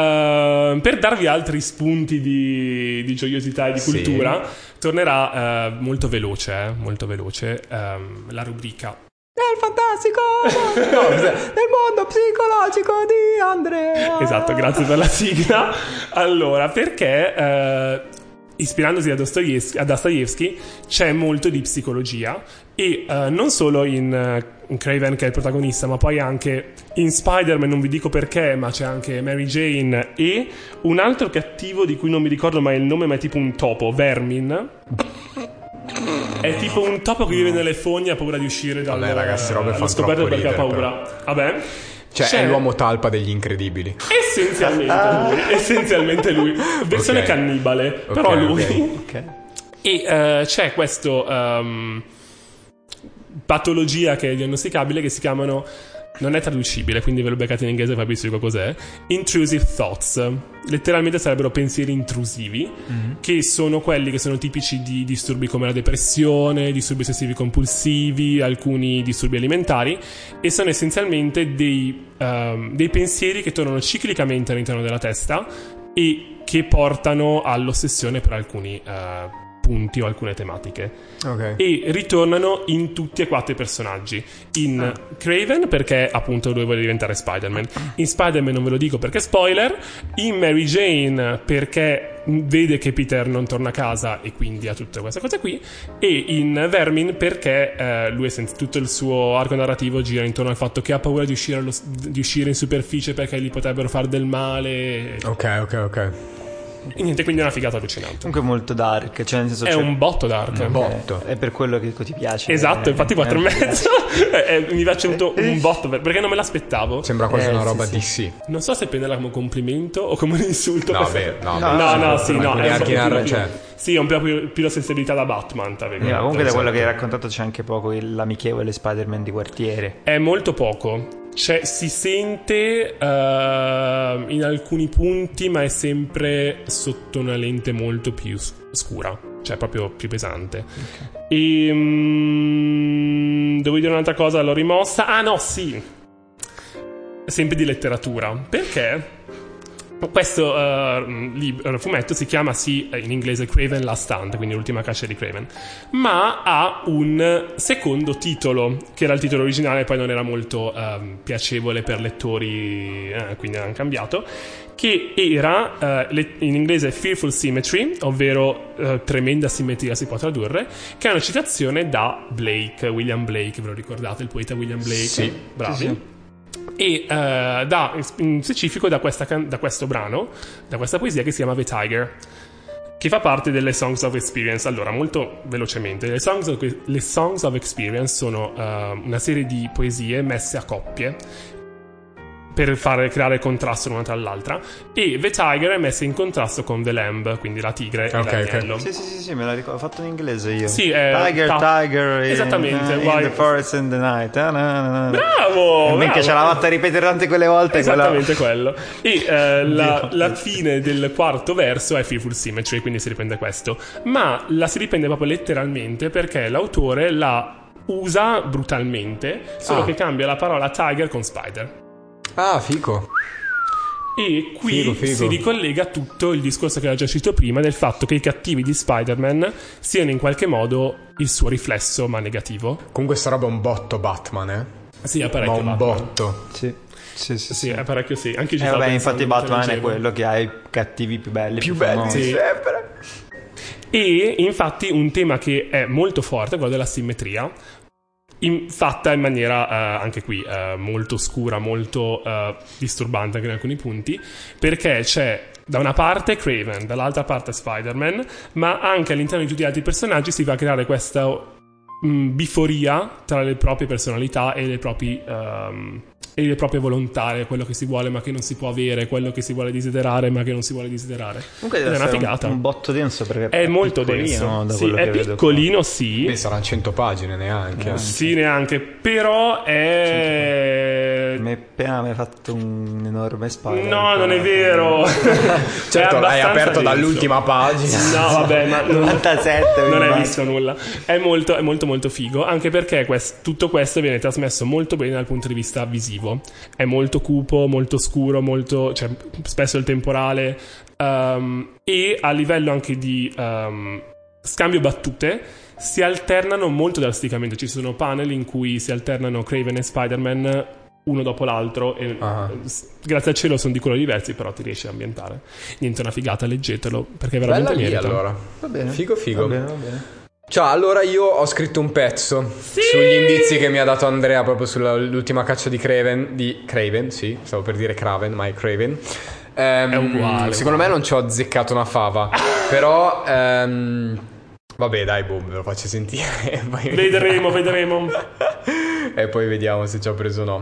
Uh, per darvi altri spunti di, di gioiosità e di Sì. cultura, tornerà uh, molto veloce, eh, molto veloce um, la rubrica. Nel fantastico no, cos'è? Nel mondo psicologico di Andrea. Esatto, grazie per la sigla. Allora, perché uh, ispirandosi a Dostoevsky, a Dostoevsky c'è molto di psicologia e uh, non solo in, uh, in Kraven che è il protagonista, ma poi anche in Spider-Man, non vi dico perché, ma c'è anche Mary Jane e un altro cattivo di cui non mi ricordo mai il nome, ma è tipo un topo, Vermin. È tipo un topo che vive nelle fogne, ha paura di uscire dal Vabbè, ragazzi, robe allo fan scoperto troppo perché ha ridere, paura. Vabbè. Cioè, C'è- è l'uomo talpa degli incredibili. Essenzialmente lui, essenzialmente lui, versione Ok. cannibale, però Ok, lui. ok. Ok. E eh, c'è questo ehm, patologia che è diagnosticabile che si chiamano, non è traducibile, quindi ve lo beccate in inglese e poi vi spiego cos'è. Intrusive thoughts. Letteralmente sarebbero pensieri intrusivi, che sono quelli che sono tipici di disturbi come la depressione, disturbi ossessivi compulsivi, alcuni disturbi alimentari, e sono essenzialmente dei, ehm, dei pensieri che tornano ciclicamente all'interno della testa e che portano all'ossessione per alcuni eh, punti o alcune tematiche. Ok. E ritornano in tutti e quattro i personaggi. In Kraven perché appunto lui vuole diventare Spider-Man, in Spider-Man non ve lo dico perché spoiler, in Mary Jane perché vede che Peter non torna a casa e quindi ha tutte queste cose qui, e in Vermin perché eh, lui è tutto il suo arco narrativo gira intorno al fatto che ha paura di uscire, allo- di uscire in superficie perché gli potrebbero fare del male. Ok, ok, ok. E niente, quindi è una figata allucinante. Comunque molto dark, cioè nel senso È c'è- un botto dark. Un botto. È per quello che ti piace. Esatto, Eh, infatti quattro e eh, mezzo. Eh, Mi piace un, un botto per- perché non me l'aspettavo. Sembra quasi Eh, una sì, roba sì. D C. Non so se prenderla come un complimento o come un insulto. No, per- beh, no, No, beh, no, no, sì, sì, ma no, è un neanche po' in più- arre- cioè, Sì, è un po' più, più la sensibilità da Batman. tra Eh, virgolette, ma comunque da quello che hai esatto. raccontato c'è anche poco il- l'amichevole Spider-Man di quartiere. È molto poco. Cioè, si sente eh, in alcuni punti, ma è sempre sotto una lente molto più s- scura. Cioè, proprio più pesante. E mm, devo dire un'altra cosa, l'ho rimossa. Ah, no, sì. Sempre di letteratura. Perché? Questo uh, lib- uh, fumetto si chiama sì in inglese Kraven Last Stand, quindi l'ultima caccia di Kraven, ma ha un secondo titolo che era il titolo originale, poi non era molto uh, piacevole per lettori, eh, quindi hanno cambiato, che era uh, le- in inglese Fearful Symmetry, ovvero uh, tremenda simmetria si può tradurre, che è una citazione da Blake, William Blake, ve lo ricordate, il poeta William Blake? Sì. Bravi. Sì, sì. E eh, da, in specifico da, questa can- da questo brano, da questa poesia che si chiama The Tiger, che fa parte delle Songs of Experience. Allora, molto velocemente, le Songs of, le songs of Experience sono eh, una serie di poesie messe a coppie per fare creare contrasto l'una tra l'altra, e The Tiger è messa in contrasto con The Lamb, quindi la tigre Ok, e ok. l'agnello. Sì, sì, sì, sì, me la ricordo. Ho fatto in inglese io. Sì, è- Tiger, ta- Tiger. in- Esattamente, In, why- the forest in the night. Ah, no, no, no. Bravo! E minchia, bravo. ce l'ha fatta ripetere tante quelle volte. Esattamente quello. E eh, la, Dio. la fine del quarto verso è Fearful Symmetry, quindi si riprende questo. Ma la si riprende proprio letteralmente perché l'autore la usa brutalmente, solo Ah. che cambia la parola tiger con spider. Ah, fico. E qui Figo, figo. si ricollega a tutto il discorso che era già citato prima del fatto che i cattivi di Spider-Man siano in qualche modo il suo riflesso, ma negativo. Comunque sta roba è un botto Batman, eh. Sì, è Ma parecchio un Batman. botto. Sì, sì, sì. Sì, è parecchio sì. Anche io ci Eh, stavo vabbè, pensando infatti mentre Batman è leggevo. quello che ha i cattivi più belli. Più belli famosi. di Sì. sempre. E infatti un tema che è molto forte è quello della simmetria, in- fatta in maniera eh, anche qui eh, molto scura, molto eh, disturbante anche in alcuni punti, perché c'è da una parte Kraven, dall'altra parte Spider-Man, ma anche all'interno di tutti gli altri personaggi si va a creare questa mh, biforia tra le proprie personalità e le proprie ehm, e le proprie volontà, quello che si vuole ma che non si può avere, quello che si vuole desiderare ma che non si vuole desiderare. Comunque Ed deve è una essere figata. un, un botto denso perché È molto piccolino, denso. da Sì, quello è che vedo. piccolino, sì. Beh, saranno cento pagine neanche. Sì, neanche. Però è. Mi hai appena mi hai fatto un enorme spoiler. No, non è vero. Certo, È l'hai abbastanza aperto denso. dall'ultima pagina. No, vabbè, ma non, novantasette, non hai quindi visto nulla. È molto, è molto, molto figo. Anche perché quest- tutto questo viene trasmesso molto bene dal punto di vista visivo. È molto cupo, molto scuro, molto. Cioè, spesso il temporale. um, e a livello anche di um, scambio battute si alternano molto drasticamente. Ci sono panel in cui si alternano Kraven e Spider-Man uno dopo l'altro e Ah. s- grazie al cielo sono di colori diversi, però ti riesci a ambientare. Niente, una figata, leggetelo perché veramente Bella lì merita. allora. Va bene. Figo figo. Va bene, va bene. Ciao, allora io ho scritto un pezzo sugli indizi che mi ha dato Andrea proprio sull'ultima caccia di Kraven. Di Kraven, sì, stavo per dire Kraven, ma è Kraven. Ehm, È uguale. Secondo me non ci ho azzeccato una fava. Però, ehm, vabbè, dai, boh, ve lo faccio sentire. E poi Vedremo, vedremo. E poi vediamo se ci ho preso o no.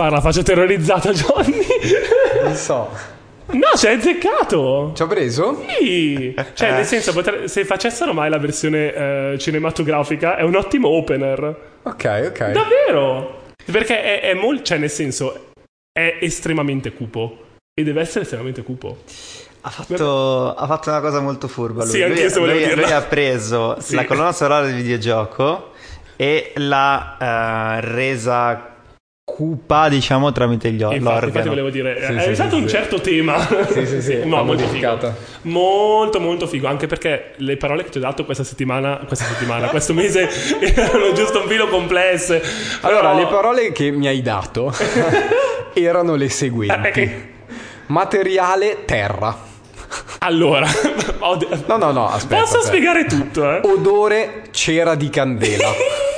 Guarda la faccia terrorizzata, Johnny. Non so. No, ci hai azzeccato. Ci ho preso? Sì. Cioè, nel senso, potre- se facessero mai la versione eh, cinematografica, è un ottimo opener. Ok, ok. Davvero? Perché è, è molto... Cioè, nel senso, è estremamente cupo. E deve essere estremamente cupo. Ha fatto, ha fatto una cosa molto furba lui. Sì, anche io lui, lui, dirla. lui ha preso Sì. la colonna sonora del videogioco e l'ha uh, resa cupa, diciamo, tramite gli, Infatti, l'organo. infatti volevo dire, Sì, è sì, stato sì, un sì. certo tema. Sì, sì, sì. No, l'ho molto modificata. figo. Molto, molto figo. Anche perché le parole che ti ho dato questa settimana, questa settimana, questo mese erano giusto un filo complesse. Allora, Però- le parole che mi hai dato erano le seguenti. Eh. Materiale terra. Allora, ho de- No, no, no, aspetta. posso aspetta. spiegare tutto, eh? Odore cera di candela.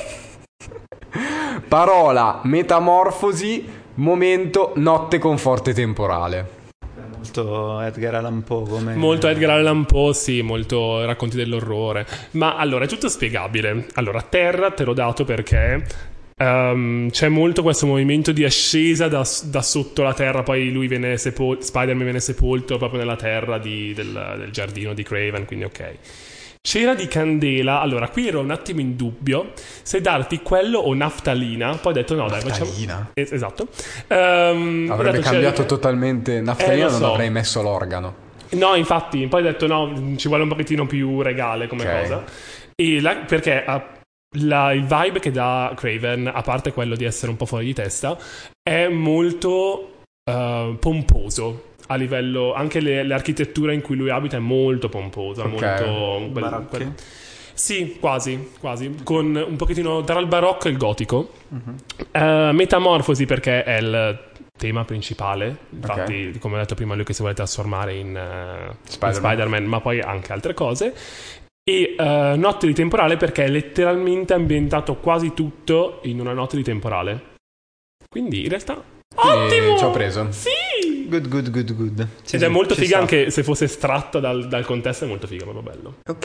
Parola metamorfosi. Momento notte con forte temporale. Molto Edgar Allan Poe come... Molto Edgar Allan Poe, sì, molto racconti dell'orrore. Ma allora, è tutto spiegabile. Allora, terra te l'ho dato perché um, c'è molto questo movimento di ascesa da, da sotto la terra. Poi lui viene sepolto, Spider-Man viene sepolto proprio nella terra di, del, del giardino di Craven, quindi ok. Cera di candela. Allora, qui ero un attimo in dubbio se darti quello o naftalina. Poi ho detto no, dai, facciamo... Naftalina? Es- esatto. Ehm, ho Avrebbe detto, cambiato cera di- totalmente. Naftalina Eh, lo non so. avrei messo l'organo. No, infatti, poi ho detto no, ci vuole un pochettino più regale come Ok. cosa. E la- perché ha- la- il vibe che dà Craven, a parte quello di essere un po' fuori di testa, è molto eh, pomposo. A livello, anche le, l'architettura in cui lui abita è molto pomposa, Ok. molto quel- Barocchi? quel- sì, quasi, quasi, con un pochettino tra il barocco e il gotico. Eh, metamorfosi perché è il tema principale, infatti come ho detto prima lui che si vuole trasformare in, eh, in Spider-Man. Spider-Man, ma poi anche altre cose. E eh, notte di temporale perché è letteralmente ambientato quasi tutto in una notte di temporale. Quindi in realtà Quindi ottimo! ci ho preso. Sì! Good, good, good, good. Sì, Ed sì, è molto ci figa sta. anche se fosse estratta dal, dal contesto, è molto figa, proprio bello. Ok.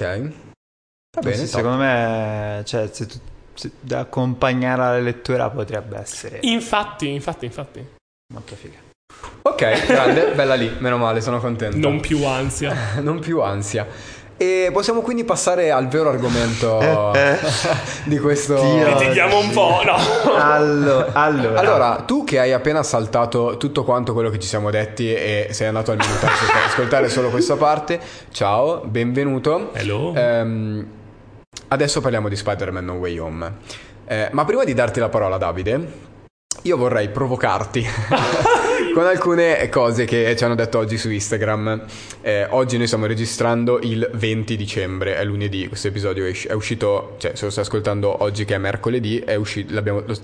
Va bene, Sì, top. secondo me, cioè, se tu, se, da accompagnare alla lettura potrebbe essere Infatti, infatti, infatti. molto figa. Ok, grande, bella lì, meno male, sono contento. Non più ansia. Non più ansia. E possiamo quindi passare al vero argomento di questo. Dio. Litighiamo un po', no? Allora, allora, Allora, tu che hai appena saltato tutto quanto quello che ci siamo detti e sei andato al minuto per ascoltare solo questa parte, ciao, benvenuto. Hello. Ehm, adesso parliamo di Spider-Man No Way Home. Eh, ma prima di darti la parola, Davide, io vorrei provocarti con alcune cose che ci hanno detto oggi su Instagram. Eh, oggi noi stiamo registrando il venti dicembre, è lunedì, questo episodio è, usci- è uscito, cioè se lo stai ascoltando oggi che è mercoledì, è uscito, l'abbiamo, lo,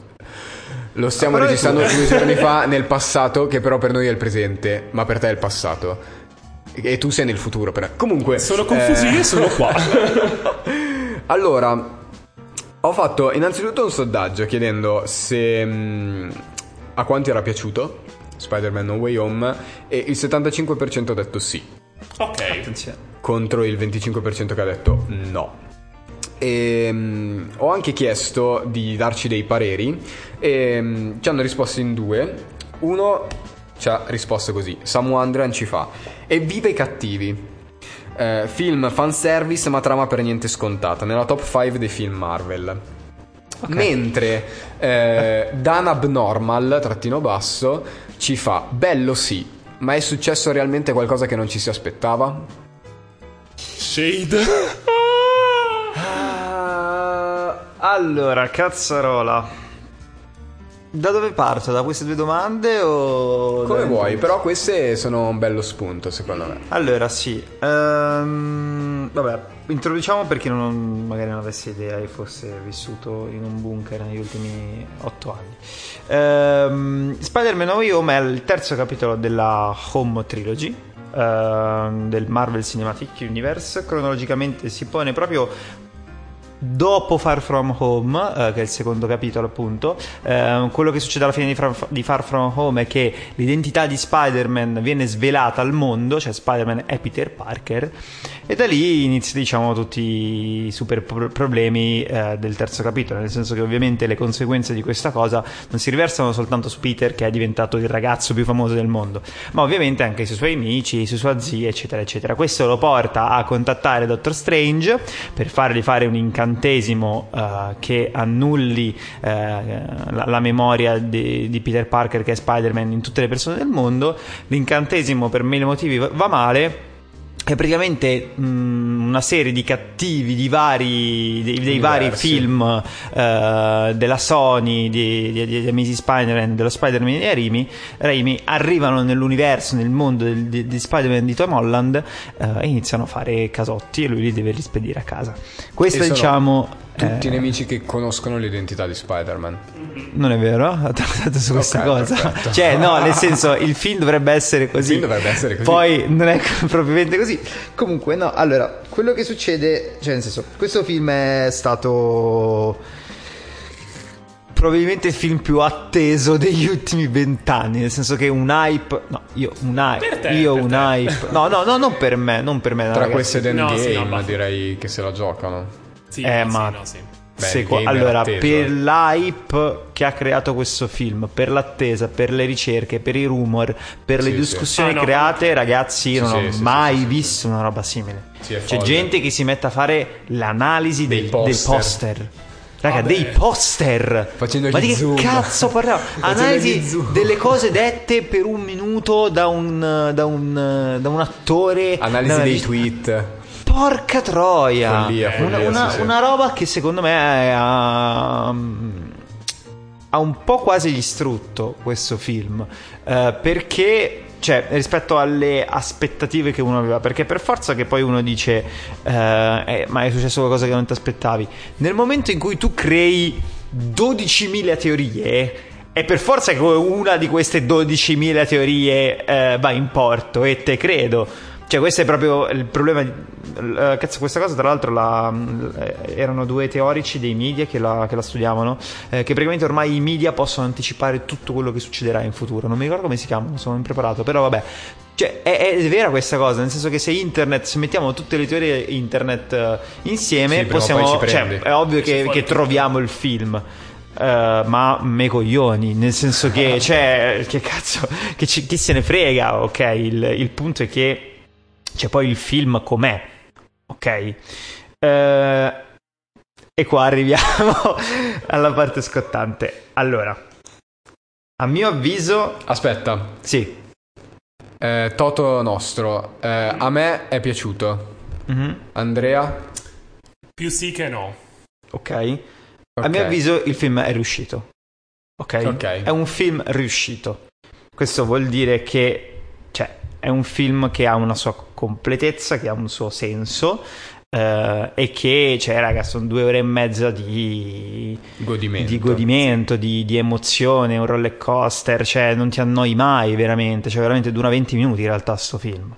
lo stiamo Ah, però è registrando tu. due giorni fa nel passato, che però per noi è il presente, ma per te è il passato. E tu sei nel futuro. Per... Comunque... Sono confuso eh, io e sono qua. Allora, ho fatto innanzitutto un sondaggio chiedendo se mh, a quanti era piaciuto Spider-Man No Way Home e il settantacinque per cento ha detto sì, Ok. attenzione. contro il venticinque per cento che ha detto no. E, mh, ho anche chiesto di darci dei pareri e mh, ci hanno risposto in due. Uno ci ha risposto così: Samu Andrian ci fa evviva i cattivi. Eh, film fanservice ma trama per niente scontata, nella top cinque dei film Marvel. Mentre eh, Dan Abnormal trattino basso ci fa bello sì, ma è successo realmente qualcosa che non ci si aspettava? Shade. Ah, allora, cazzarola. Da dove parto? Da queste due domande o... Come da- vuoi, però queste sono un bello spunto secondo me. Allora, sì. Ehm, vabbè, introduciamo per chi non, magari non avesse idea e fosse vissuto in un bunker negli ultimi otto anni. Ehm, Spider-Man No Way Home è il terzo capitolo della Home Trilogy, ehm, del Marvel Cinematic Universe. Cronologicamente si pone proprio dopo Far From Home, eh, che è il secondo capitolo appunto. Eh, quello che succede alla fine di, Fra- di Far From Home è che l'identità di Spider-Man viene svelata al mondo, cioè Spider-Man è Peter Parker, e da lì iniziano, diciamo, tutti i super pro- problemi eh, del terzo capitolo, nel senso che ovviamente le conseguenze di questa cosa non si riversano soltanto su Peter, che è diventato il ragazzo più famoso del mondo, ma ovviamente anche sui suoi amici, su sua zia, eccetera eccetera. Questo lo porta a contattare Doctor Strange per fargli fare un incantesimo uh, che annulli uh, la, la memoria di, di Peter Parker, che è Spider-Man, in tutte le persone del mondo. L'incantesimo per mille motivi va male. È praticamente mh, una serie di cattivi di vari dei, dei vari film uh, della Sony, di, di, di Amazing Spider-Man, dello Spider-Man di Raimi, Raimi arrivano nell'universo, nel mondo del, di, di Spider-Man di Tom Holland, uh, e iniziano a fare casotti e lui li deve rispedire a casa. Questo, diciamo, tutti eh, i nemici che conoscono l'identità di Spider-Man. Non è vero? Ho trattato su questa Okay, cosa. perfetto. Cioè, no, nel senso, il film dovrebbe essere così. Il film dovrebbe essere così. Poi non è propriamente così. Comunque, no, allora, quello che succede, cioè, nel senso, questo film è stato probabilmente il film più atteso degli ultimi vent'anni, nel senso che un hype, no, io un hype, Per te, io per un te. hype. No, no, no, non per me, non per me, Tra ragazzi. queste ed No, sì, Endgame, no, ma- direi che se la giocano. Sì, Eh, no, ma sì, no, sì. Beh, Seco- il game allora, era atteso, per eh. l'hype che ha creato questo film, per l'attesa, per le ricerche, per i rumor, per le Sì, discussioni sì. Ah, no. create, ragazzi, io Sì, non sì, ho sì, mai sì, sì, visto una roba simile. Sì, è C'è folle. gente che si mette a fare l'analisi Dei dei, poster. dei poster. Raga, Vabbè. dei poster. Facendogli Ma di che zoom. cazzo parliamo? Facendogli Analisi zoom. delle cose dette per un minuto da un da un da un attore. Analisi da una dei regista. tweet. Porca troia. Follia, follia, una, una, sì, sì. una roba che secondo me è, ha, ha un po' quasi distrutto questo film, eh, perché, cioè, rispetto alle aspettative che uno aveva, perché per forza che poi uno dice eh, eh, ma è successo qualcosa che non ti aspettavi. Nel momento in cui tu crei dodicimila teorie, e per forza che una di queste dodicimila teorie eh, va in porto, e te credo. Cioè, questo è proprio il problema. Uh, cazzo, questa cosa, tra l'altro, la, eh, erano due teorici dei media che la, che la studiavano. Eh, che praticamente ormai i media possono anticipare tutto quello che succederà in futuro. Non mi ricordo come si chiamano, sono impreparato. Però vabbè. Cioè, è, è vera questa cosa. Nel senso che se internet, se mettiamo tutte le teorie internet uh, insieme, Sì, prima o possiamo. poi ci Cioè, prendi. è ovvio che, fuori che tutto. troviamo il film. Uh, ma me coglioni, nel senso che, cioè, che cazzo, che ci, chi se ne frega, ok? Il, il punto è che c'è poi il film com'è, ok? Eh, e qua arriviamo alla parte scottante. Allora, a mio avviso, Aspetta, sì. eh, Toto nostro, eh, a me è piaciuto. Mhm. Andrea? Più sì che no. Ok. A Ok. mio avviso il film è riuscito. Ok? Ok. È un film riuscito. Questo vuol dire che, cioè, è un film che ha una sua completezza, che ha un suo senso, eh, e che, cioè, raga, sono due ore e mezza di Godimento. di godimento, di, di emozione, un roller coaster, cioè non ti annoi mai veramente, cioè veramente dura venti minuti in realtà sto film.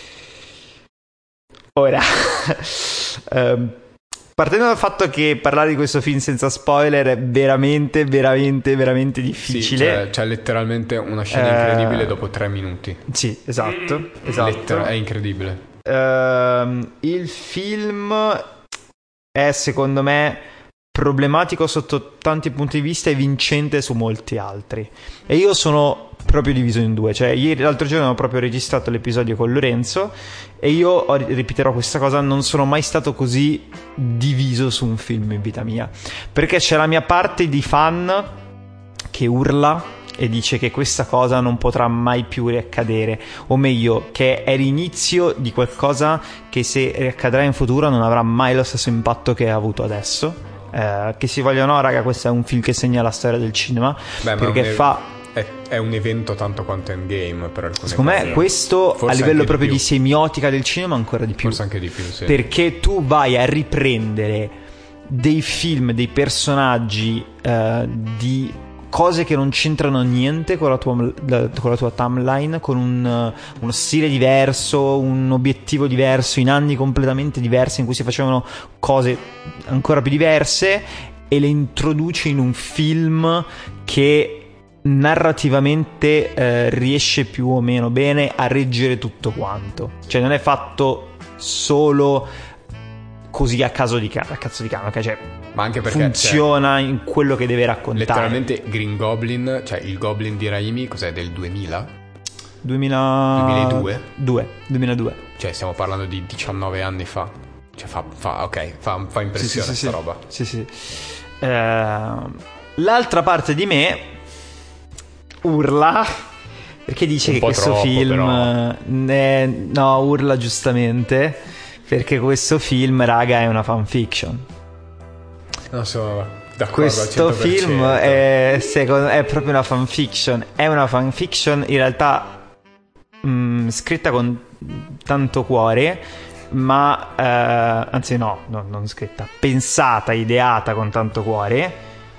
Ora, ehm, partendo dal fatto che parlare di questo film senza spoiler è veramente, veramente, veramente Sì, difficile. c'è, c'è letteralmente una scena Eh, incredibile dopo tre minuti. Sì, esatto, esatto. Letter- è incredibile. Ehm, il film è, secondo me, problematico sotto tanti punti di vista e vincente su molti altri. E io sono proprio diviso in due. Cioè, ieri, l'altro giorno ho proprio registrato l'episodio con Lorenzo e io ho- ripeterò questa cosa: non sono mai stato così diviso su un film in vita mia, perché c'è la mia parte di fan che urla e dice che questa cosa non potrà mai più riaccadere, o meglio, che è l'inizio di qualcosa che, se riaccadrà in futuro, non avrà mai lo stesso impatto che ha avuto adesso. Eh, che si voglia o no, raga, questo è un film che segna la storia del cinema. Beh, ma perché è un- fa, È, è un evento tanto quanto Endgame per alcune secondo me, cose. questo Forse a livello anche di proprio di, più. semiotica del cinema ancora di più. Forse anche di più, sì. Perché tu vai a riprendere dei film, dei personaggi eh, di cose che non c'entrano niente con la tua, la, con la tua timeline, con un, uno stile diverso, un obiettivo diverso, in anni completamente diversi in cui si facevano cose ancora più diverse, e le introduci in un film che narrativamente eh, riesce più o meno bene a reggere tutto quanto. Cioè non è fatto solo così a caso di ca- a cazzo di cane, okay? Cioè, ma anche perché funziona in quello che deve raccontare. Letteralmente Green Goblin, cioè il Goblin di Raimi, cos'è, del duemila? duemila... duemiladue? Due, duemiladue. Cioè stiamo parlando di diciannove anni fa. Cioè fa, fa ok, fa, fa impressione sì, sì, sta sì, roba. Sì, sì. Eh, l'altra parte di me urla perché dice Un che po' questo troppo, film è, no, urla giustamente perché questo film, raga, è una fanfiction. Non so, d'accordo. Questo al cento per cento. film è, secondo, è proprio una fanfiction. È una fanfiction in realtà mh, scritta con tanto cuore, ma eh, anzi no, no, non scritta, pensata, ideata con tanto cuore,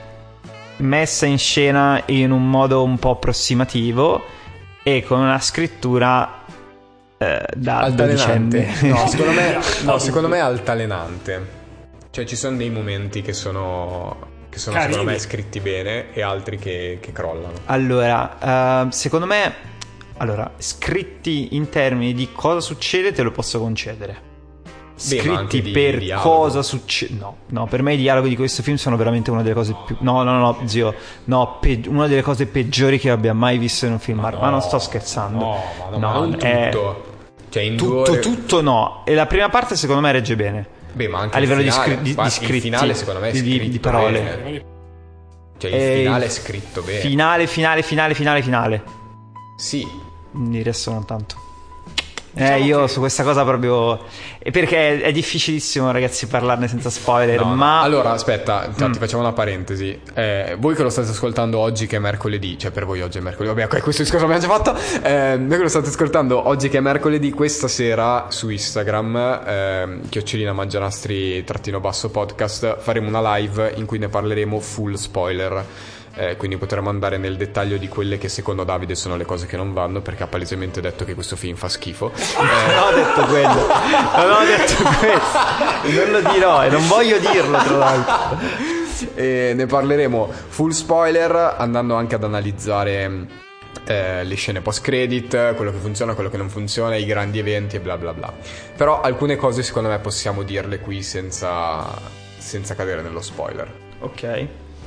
messa in scena in un modo un po' approssimativo e con una scrittura eh, da dodicenne. No, secondo me, no, secondo me è altalenante. Cioè ci sono dei momenti che sono che sono Carini. secondo me scritti bene e altri che, che crollano. Allora, uh, secondo me, allora, scritti in termini di cosa succede te lo posso concedere. Beh, ma anche Scritti di- per di dialogo. cosa succede. No, no, per me i dialoghi di questo film sono veramente una delle cose più. No, no, no, zio. No, pe- una delle cose peggiori che abbia mai visto in un film. Ma, no, ma non sto scherzando. No, ma, no, ma non è- tutto. Cioè in due Tutto, ore- tutto no. E la prima parte secondo me regge bene. Beh, ma anche A il livello di, finale, scri- di, ma di il scritti, finale secondo me è di, di- scritto di parole. bene. Cioè il E finale il è scritto bene. Finale, finale, finale, finale, finale. Sì. Mi resto non tanto. Diciamo eh, io che- su questa cosa proprio. E perché è, è difficilissimo, ragazzi, parlarne senza spoiler. No, no. ma Allora, aspetta, ti Mm. facciamo una parentesi. Eh, voi che lo state ascoltando oggi, che è mercoledì, cioè per voi oggi è mercoledì, vabbè, ok, questo discorso l'abbiamo già fatto. Eh, voi che lo state ascoltando oggi, che è mercoledì, questa sera su Instagram, eh, chiocciolina mangianastri trattino basso podcast, faremo una live in cui ne parleremo full spoiler. Eh, quindi potremo andare nel dettaglio di quelle che secondo Davide sono le cose che non vanno, perché ha palesemente detto che questo film fa schifo. non ho detto quello. Non ho detto questo. Non lo dirò e non voglio dirlo, tra l'altro. E ne parleremo full spoiler, andando anche ad analizzare eh, le scene post credit, quello che funziona, quello che non funziona, i grandi eventi e bla bla bla. Però alcune cose secondo me possiamo dirle qui senza, senza cadere nello spoiler. Ok.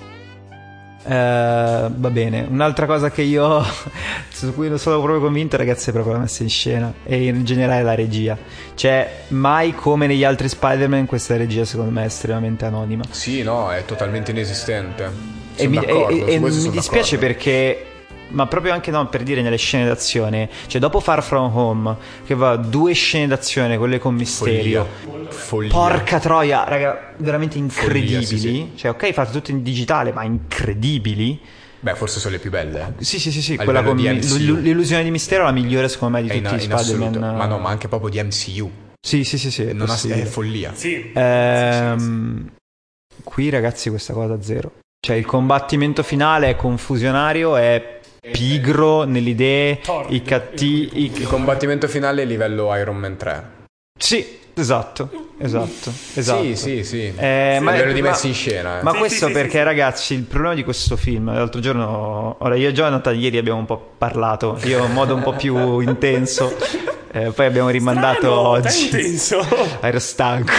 Eh, va bene. Un'altra cosa che io su cui non sono proprio convinto, ragazzi, è proprio la messa in scena e in generale la regia. Cioè, mai come negli altri Spider-Man, questa regia secondo me è estremamente anonima. Sì, no, è totalmente inesistente. E Sono mi, d'accordo, e- su e questo mi sono dispiace d'accordo. perché, ma proprio anche no, per dire nelle scene d'azione, cioè dopo Far From Home, che va due scene d'azione, quelle con Mysterio, Follia. Follia. porca troia, raga, veramente incredibili. Follia, sì, sì. Cioè, ok, fate tutto in digitale, ma incredibili. Beh, forse sono le più belle. Sì, sì, sì, sì, A quella livello con di mi- M C U. l- l'illusione di Mistero è la migliore secondo me di È in, tutti gli in assoluto. Spider-Man. Ma no, ma anche proprio di M C U. Sì, sì, sì, sì, è Non ha, è possibile. follia. Sì. Ehm, qui, ragazzi, questa cosa zero. Cioè, il combattimento finale è confusionario, è pigro nelle idee, Torrido. i cattivi. Il combattimento finale è livello Iron Man tre. Sì, esatto, esatto, esatto. Sì, sì, sì. Eh, Sì, ma- a livello di ma- messa in scena. eh. Ma Sì, questo sì, sì, perché, sì. ragazzi, il problema di questo film, l'altro giorno, ora io e Jonathan ieri abbiamo un po' parlato, io in modo un po' più intenso, eh, poi abbiamo rimandato Strano, te oggi. intenso. Ero stanco.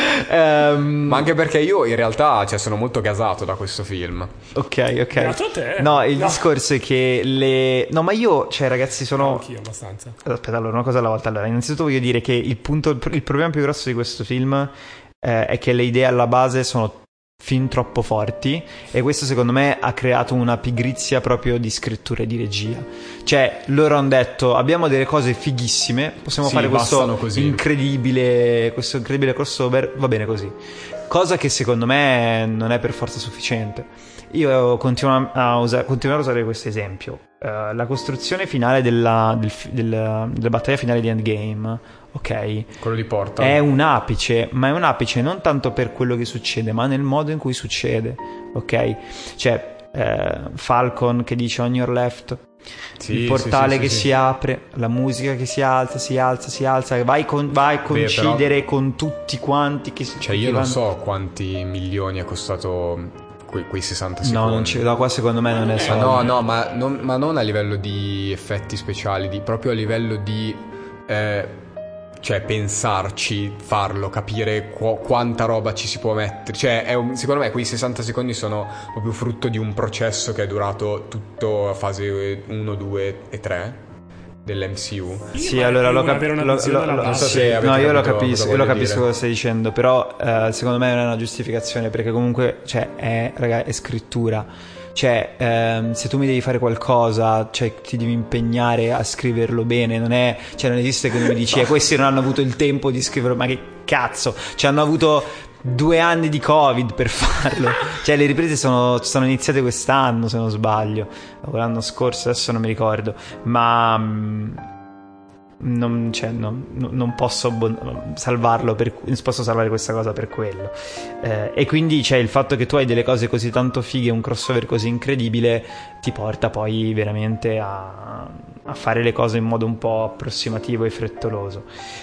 Ehm, Ma anche perché io in realtà cioè, sono molto gasato da questo film. ok, ok. Beato a te. No, il No. discorso è che le... No, ma io, cioè, ragazzi, sono... Anch'io abbastanza. Aspetta, allora, una cosa alla volta. Allora, innanzitutto voglio dire che il punto, il problema più grosso di questo film eh, è che le idee alla base sono fin troppo forti e questo secondo me ha creato una pigrizia proprio di scrittura e di regia. Cioè, loro hanno detto abbiamo delle cose fighissime, possiamo Sì, fare questo bastano così. incredibile questo incredibile crossover, va bene così. Cosa che secondo me non è per forza sufficiente. Io continuo a usare, continuerò a usare questo esempio. Uh, la costruzione finale della, del, del, della battaglia finale di Endgame, ok, Quello di Porta. è un apice, ma è un apice non tanto per quello che succede, ma nel modo in cui succede, ok? Cioè, eh, Falcon che dice on your left, sì, il portale sì, sì, che sì, si sì. apre, la musica che si alza, si alza, si alza, vai, con, vai a coincidere Beh, però, con tutti quanti che, cioè io non vanno... so quanti milioni è costato quei, quei sessanta secondi. No, non ci, no, qua secondo me non è solo. No, no, ma non, ma non a livello di effetti speciali, di, proprio a livello di eh, cioè pensarci, farlo, capire qu- quanta roba ci si può mettere. Cioè è un, secondo me quei sessanta secondi sono proprio frutto di un processo che è durato tutto a fase uno, due e tre dell'M C U. Sì, allora lo capisco. Non so se no, io lo capisco, io lo capisco cosa stai dicendo, però eh, secondo me non è una giustificazione, perché comunque cioè è, raga, è scrittura. Cioè, ehm, se tu mi devi fare qualcosa, cioè ti devi impegnare a scriverlo bene, non è, cioè non esiste che mi dici, eh, questi non hanno avuto il tempo di scriverlo, ma che cazzo, cioè hanno avuto due anni di Covid per farlo, cioè le riprese sono, sono iniziate quest'anno se non sbaglio, o l'anno scorso, adesso non mi ricordo, ma non, cioè, no, non posso bon- salvarlo per, non posso salvare questa cosa per quello, eh, e quindi c'è il fatto che tu hai delle cose così tanto fighe, un crossover così incredibile ti porta poi veramente a, a fare le cose in modo un po' approssimativo e frettoloso.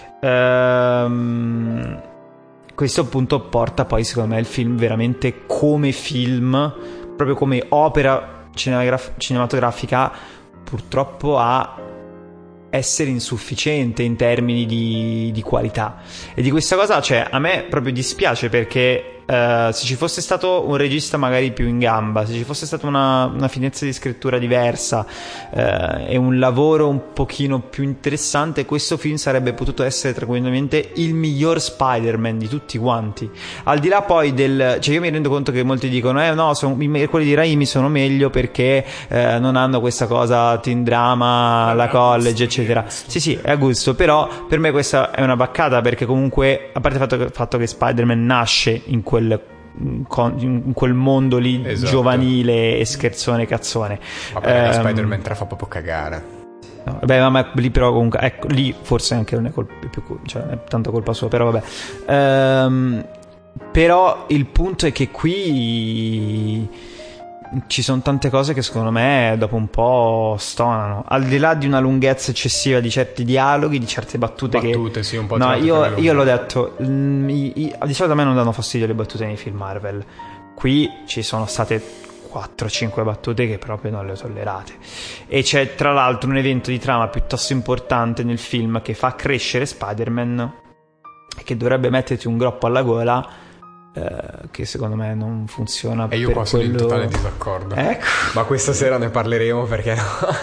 ehm Questo appunto porta poi secondo me il film veramente come film, proprio come opera cinematograf- cinematografica, purtroppo a essere insufficiente in termini di, di qualità. E di questa cosa, cioè, a me proprio dispiace, perché Uh, se ci fosse stato un regista magari più in gamba, se ci fosse stata una, una finezza di scrittura diversa uh, e un lavoro un pochino più interessante, questo film sarebbe potuto essere tranquillamente il miglior Spider-Man di tutti quanti. Al di là poi del, cioè io mi rendo conto che molti dicono eh no, sono, quelli di Raimi sono meglio perché uh, non hanno questa cosa teen drama, la college eccetera. Sì sì, è a gusto, però per me questa è una baccata, perché comunque, a parte il fatto che, il fatto che Spider-Man nasce in quel in quel mondo lì, esatto, giovanile e scherzone cazzone. Vabbè, um, Spider-Man tre fa proprio cagare. No, vabbè, ma lì però comunque ecco, lì forse anche non è colpa più, cioè non è tanto colpa sua, però vabbè. Um, però il punto è che qui ci sono tante cose che secondo me dopo un po' stonano, al di là di una lunghezza eccessiva di certi dialoghi, di certe battute, battute che sì, un po' no, io, io l'ho detto, mh, i, i, di solito a me non danno fastidio le battute nei film Marvel, qui ci sono state quattro cinque battute che proprio non le ho tollerate, e c'è tra l'altro un evento di trama piuttosto importante nel film che fa crescere Spider-Man e che dovrebbe metterti un groppo alla gola, Uh, che secondo me non funziona. E io per qua sono quello... in totale disaccordo. Ecco. Ma questa sera ne parleremo, perché no?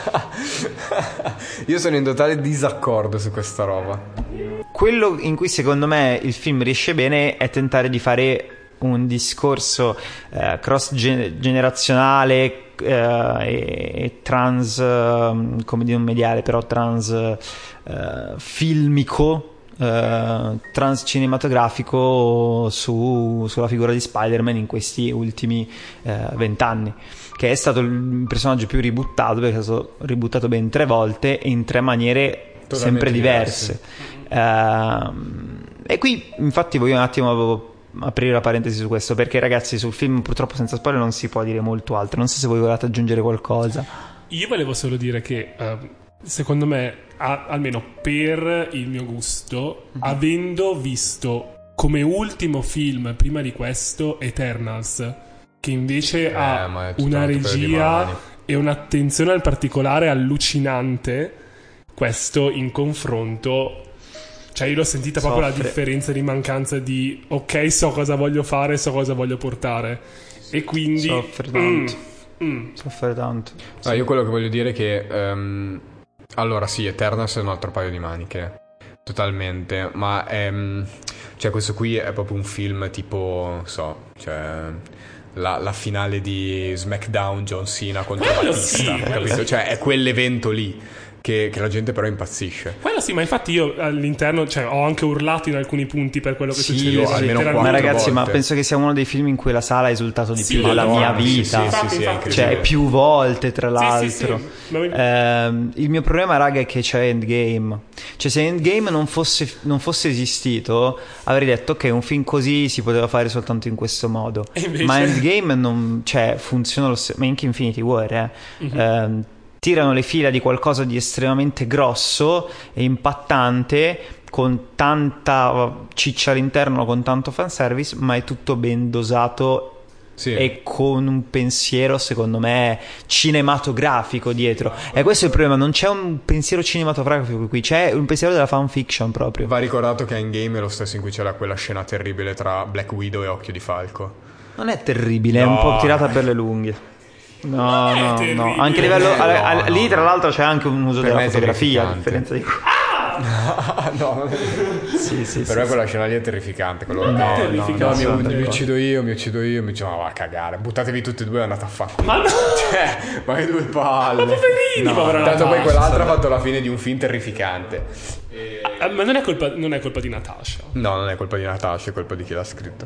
Io sono in totale disaccordo su questa roba. Quello in cui secondo me il film riesce bene è tentare di fare un discorso uh, cross generazionale uh, e, e trans, uh, come dire, un mediale, però trans uh, filmico, Uh, transcinematografico su, sulla figura di Spider-Man in questi ultimi vent'anni, uh, che è stato il personaggio più ributtato, perché è stato ributtato ben tre volte e in tre maniere totalmente sempre diverse, diverse. Uh, e qui infatti voglio un attimo aprire la parentesi su questo, perché ragazzi sul film purtroppo senza spoiler non si può dire molto altro. Non so se voi volete aggiungere qualcosa. Io volevo solo dire che uh, secondo me, a, almeno per il mio gusto, mm-hmm. avendo visto come ultimo film prima di questo Eternals, che invece eh, ha una regia e un'attenzione al particolare allucinante, questo in confronto, cioè io l'ho sentita Soffre. proprio la differenza di mancanza di ok, so cosa voglio fare, so cosa voglio portare, e quindi soffre tanto mm, mm. soffre tanto ah, sì. Io quello che voglio dire è che um... allora sì, Eternals è un altro paio di maniche, totalmente, ma ehm, cioè questo qui è proprio un film tipo, so, cioè la, la finale di SmackDown, John Cena contro quello Batista, sì, capito? Sì. Cioè è quell'evento lì, che, che la gente però impazzisce. Quello sì, ma infatti io all'interno, cioè, ho anche urlato in alcuni punti per quello che Sì, succedeva. io almeno letteralmente. Ma ragazzi, volte. ma penso che sia uno dei film in cui la sala ha esultato di Sì, più nella no, mia sì, vita. sì, Infatti, sì, sì, è infatti. Cioè, più volte, tra Sì, sì, l'altro. sì. Ma- Ehm, il mio problema, raga, è che c'è Endgame. Cioè, se Endgame non fosse, non fosse esistito, avrei detto ok, un film così si poteva fare soltanto in questo modo. E invece- Ma Endgame non, cioè, funziona lo stesso. Ma anche Infinity War, eh. Mhm. Ehm, tirano le fila di qualcosa di estremamente grosso e impattante, con tanta ciccia all'interno, con tanto fanservice, ma è tutto ben dosato Sì. e con un pensiero, secondo me, cinematografico dietro. E questo è il problema, non c'è un pensiero cinematografico qui, c'è un pensiero della fanfiction proprio. Va ricordato che Endgame è lo stesso in cui c'era quella scena terribile tra Black Widow e Occhio di Falco. Non è terribile, è un No. po' tirata per le lunghe. No, Non è no, no. terribile. Anche a livello. No, a- a- no, lì, tra no. l'altro, c'è anche un uso Per della me è fotografia, a terrificante. differenza di. no, non è- Sì, sì, per sì, me sì. quella scena lì è terrificante. Quello Non è no, terrificante. no, no, Sono mi, mi d'accordo. uccido io, mi uccido io, mi dice ma va a cagare, buttatevi tutti e due e andate a fare. Ma no! Cioè, ma che due palle. Ma poverini, povera Tanto poi Natasha. quell'altra ha fatto la fine di un film terrificante. Eh, ma non è colpa, non è colpa di Natasha. No, non è colpa di Natasha, è colpa di chi l'ha scritto.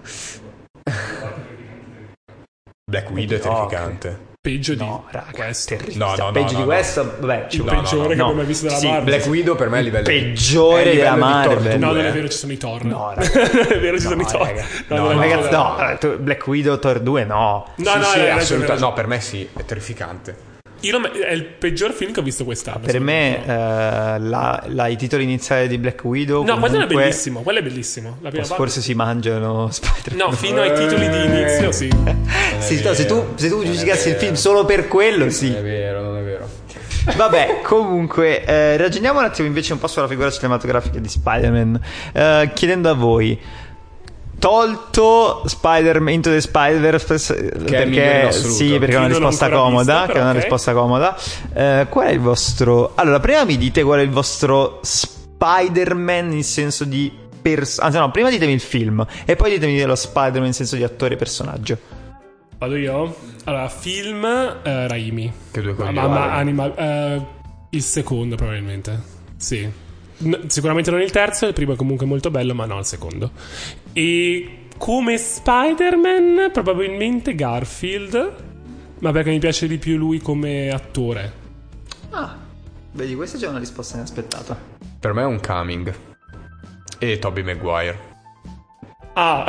Black Widow è terrificante. Peggio No, di raga, questo. terribile. No, no, no, Peggio no, di no. questo, vabbè, ci Il No, può- peggiore no, che no. abbia mai visto della Sì, Marvel. Black Widow per me è a livello Peggiore è a livello della di Marvel. torture. No, non è vero, ci sono i Thor. No, non raga. è vero, ci sono No, i Thor. raga. No, No, non è Ragazzi, vero. no, allora, tu- Black Widow Thor due no. No, Sì, no, sì, hai ragione, assolutamente. hai ragione. No, per me sì, è terrificante. Io lo me- è il peggior film che ho visto quest'anno. Per secondo me eh, la, la- i titoli iniziali di Black Widow No, quello è comunque- bellissimo. Quello è bellissimo. La prima parte. Forse si mangiano Spider-Man. No, fino ai titoli di inizio, sì. Sì, no, se tu, se tu Non è giudicassi il vero. film solo per quello, sì. Non è vero, non è vero. Vabbè, comunque, eh, ragioniamo un attimo invece un po' sulla figura cinematografica di Spider-Man, eh, chiedendo a voi, tolto Spider-Man Into the Spider-Verse, Che è il migliore in perché assoluto. sì, perché è una Chi non l'ha risposta ancora comoda, visto, che è però, una ok. risposta comoda. Eh, qual è il vostro? Allora, prima mi dite qual è il vostro Spider-Man in senso di pers- anzi no, prima ditemi il film e poi ditemi dello Spider-Man in senso di attore e personaggio. Vado io? Allora, film eh, Raimi. Che due Ma, coglioni. ma Animal eh, il secondo probabilmente. Sì. N- sicuramente non il terzo, il primo è comunque molto bello, ma no il secondo. E come Spider-Man probabilmente Garfield, ma perché mi piace di più lui come attore. Ah, vedi, questa è già una risposta inaspettata. Per me è un Coming. E Tobey Maguire. Ah,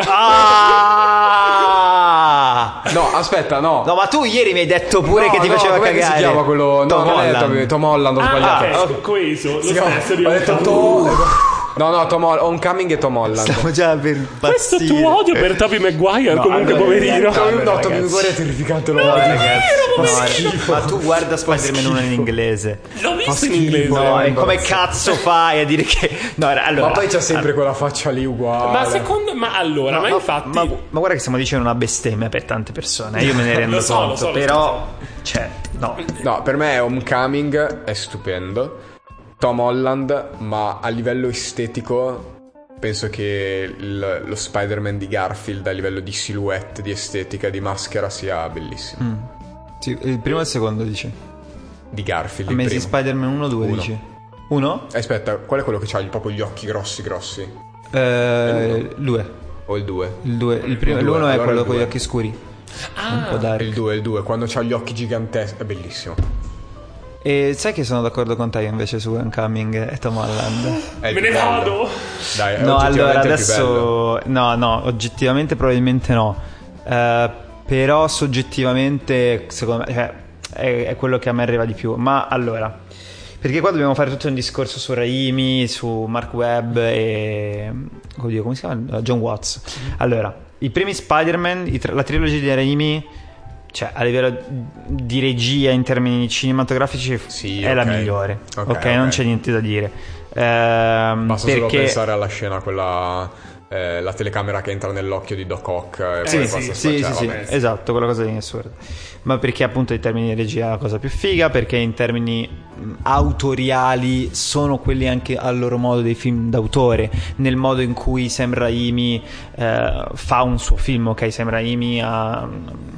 Ah! No, aspetta, no. No, ma tu ieri mi hai detto pure No, che ti no, faceva com'è che cagare. si chiama quello? No, Tom non è Holland. Tom, Tom Holland, ho ah sbagliato. ok, coeso, lo Si chiama- stesso di ho detto Tom. No, no, Tom Holland, Homecoming e Tom Holland. Stavo già per Questo impazzire. tuo odio per Tobey Maguire, No, comunque allora, poverino. ragazzi, No, ragazzi. Tobey Maguire è terrificante, lo No, odio. ragazzi, no, schifo. ma tu guarda Spider-Man uno in inglese. L'ho visto in schifo. inglese. No, è e come imbarazzante. cazzo fai a dire che no, allora, Ma poi c'ha sempre quella faccia lì uguale. Ma secondo ma allora, ma No, infatti ma, ma guarda che stiamo dicendo una bestemmia per tante persone, io me ne rendo Lo so, lo conto, so, lo però cioè, no. No, per me Homecoming è stupendo. Tom Holland, ma a livello estetico penso che il- lo Spider-Man di Garfield a livello di silhouette, di estetica, di maschera sia bellissimo. Mm. Sì, il primo e il secondo dici. Di Garfield, il Amazing primo. Spider-Man uno due Uno. dici. Uno? Aspetta, qual è quello che ha proprio gli occhi grossi grossi? Eh, due. O il due? Il due, il primo, Il due, l'uno è allora quello il con gli due. occhi scuri. Un Ah, po' dark. Il due, il due, quando c'ha gli occhi giganteschi, è bellissimo. E sai che sono d'accordo con te invece su Homecoming e Tom Holland? È il me più ne bello. vado. Dai, è No, allora oggettivamente il più bello. adesso no, no, oggettivamente probabilmente no. Eh, però soggettivamente secondo me cioè, è, è quello che a me arriva di più. Ma allora, perché qua dobbiamo fare tutto un discorso su Raimi, su Mark Webb e oddio, come si chiama? John Watts. Allora, i primi Spider-Man, i tri- la trilogia di Raimi, cioè a livello di regia in termini cinematografici Sì, è la ok. migliore. Ok, ok, non ok. c'è niente da dire. Ehm, Basta perché solo pensare alla scena quella eh, la telecamera che entra nell'occhio di Doc Ock e Eh, poi sì, basta sì, stare- sì, cioè, sì, vabbè. esatto, quella cosa di assurdo. Ma perché appunto in termini di regia è la cosa più figa, perché in termini mh, autoriali sono quelli anche a loro modo dei film d'autore, nel modo in cui Sam Raimi eh, fa un suo film, ok? Sam Raimi ha,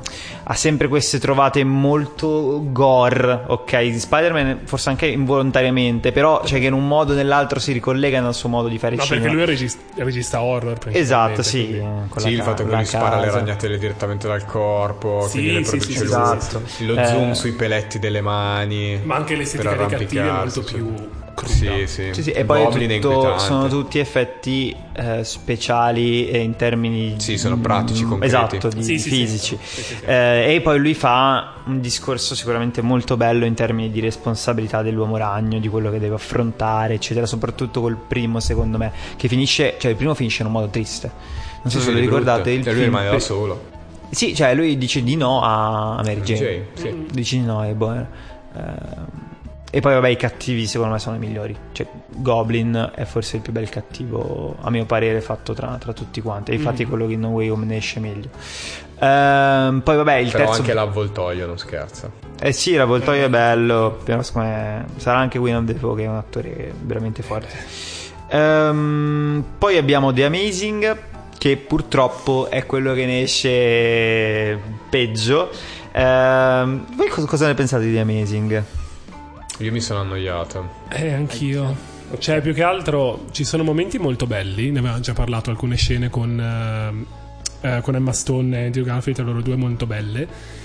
ha sempre queste trovate molto gore, ok? Spider-Man forse anche involontariamente, però cioè che in un modo o nell'altro si ricollega al suo modo di fare no, cinema. perché lui è il regista, il regista horror. Esatto, sì. Sì, il fatto che lui spara le ragnatele direttamente dal corpo, sì, quindi le sì, produce sì, lui. esatto. Lo eh, zoom sui peletti delle mani. Ma anche l'estetica dei cattivi è molto più cruda. Sì, sì. Sì, sì. E poi Goblin tutto, sono tutti effetti eh, speciali eh, in termini sì, sono pratici, concreti. Esatto, di, sì, di sì, fisici. sì, sì, sì. Eh, e poi lui fa un discorso sicuramente molto bello in termini di responsabilità dell'uomo ragno, di quello che deve affrontare, eccetera. Soprattutto col primo, secondo me, che finisce, cioè il primo finisce in un modo triste. Non so sì, se sì, lo ricordate. Il cioè, lui film rimane da solo. Sì, cioè lui dice di no a Mary Jane. Jane, sì. Dice di no e boh. Eh, e poi vabbè, i cattivi secondo me sono i migliori. Cioè Goblin è forse il più bel cattivo, a mio parere, fatto tra, tra tutti quanti. Infatti Mm. quello che in No Way Home ne esce meglio. Ehm, poi vabbè, il Però terzo anche l'avvoltoio non scherza. eh sì, l'avvoltoio è bello, però secondo me sarà anche Willem Dafoe, che è un attore veramente forte. Ehm, poi abbiamo The Amazing, che purtroppo è quello che ne esce peggio. Ehm, voi cosa, cosa ne pensate di The Amazing? Io mi sono annoiato. Eh, anch'io. Cioè, più che altro ci sono momenti molto belli. Ne avevamo già parlato, alcune scene con, eh, eh, con Emma Stone e Andrew Garfield, loro due molto belle.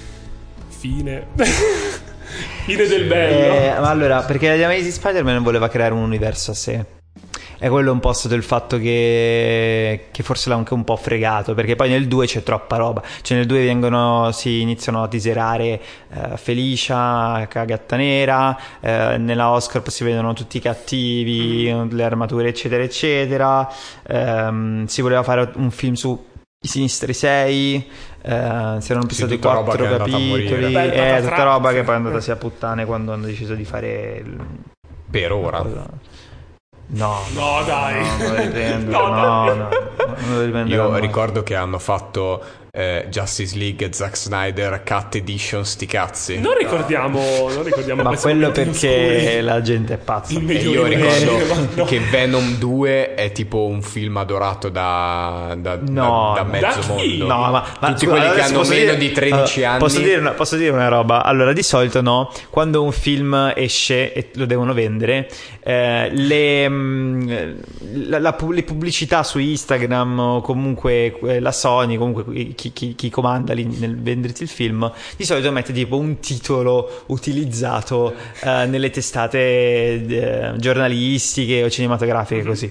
Fine. Fine del bello. Eh, ma allora, perché The Amazing Spider-Man voleva creare un universo a sé. È quello un po' stato il fatto che, che forse l'ha anche un po' fregato, perché poi nel due c'è troppa roba. Cioè nel due vengono, si iniziano a teaserare eh, Felicia, Gatta Nera, eh, nella Oscorp si vedono tutti i cattivi, le armature eccetera eccetera. Ehm, si voleva fare un film su i Sinistri sei, eh, si erano pensati tutta roba quattro che è andata a morire. capitoli, Beh, è patatrà. tutta roba che poi è andata sia a puttane quando hanno deciso di fare il... Per ora. No, No, dai. no, non lo riprendo, No, no, dai. no, non lo riprendo. Io ricordo che hanno fatto eh, Justice League Zack Snyder Cut Edition, sti cazzi. Non ricordiamo, non ricordiamo Ma questi quello momenti perché oscuri. la gente è pazza. Il E migliore io invece, ricordo no. che Venom due è tipo un film adorato da, da, No, da, da no. mezzo Da chi? mondo. No, ma, ma tutti scusa, quelli che adesso hanno posso meno dire- di tredici allora, anni. Posso dire, una, posso dire una roba? Allora, di solito no, quando un film esce e lo devono vendere, eh, le, mh, la, la pu- le pubblicità su Instagram o comunque eh, la Sony, comunque chi, chi, chi comanda lì nel venderti il film, di solito mette tipo un titolo utilizzato eh, nelle testate eh, giornalistiche o cinematografiche, così.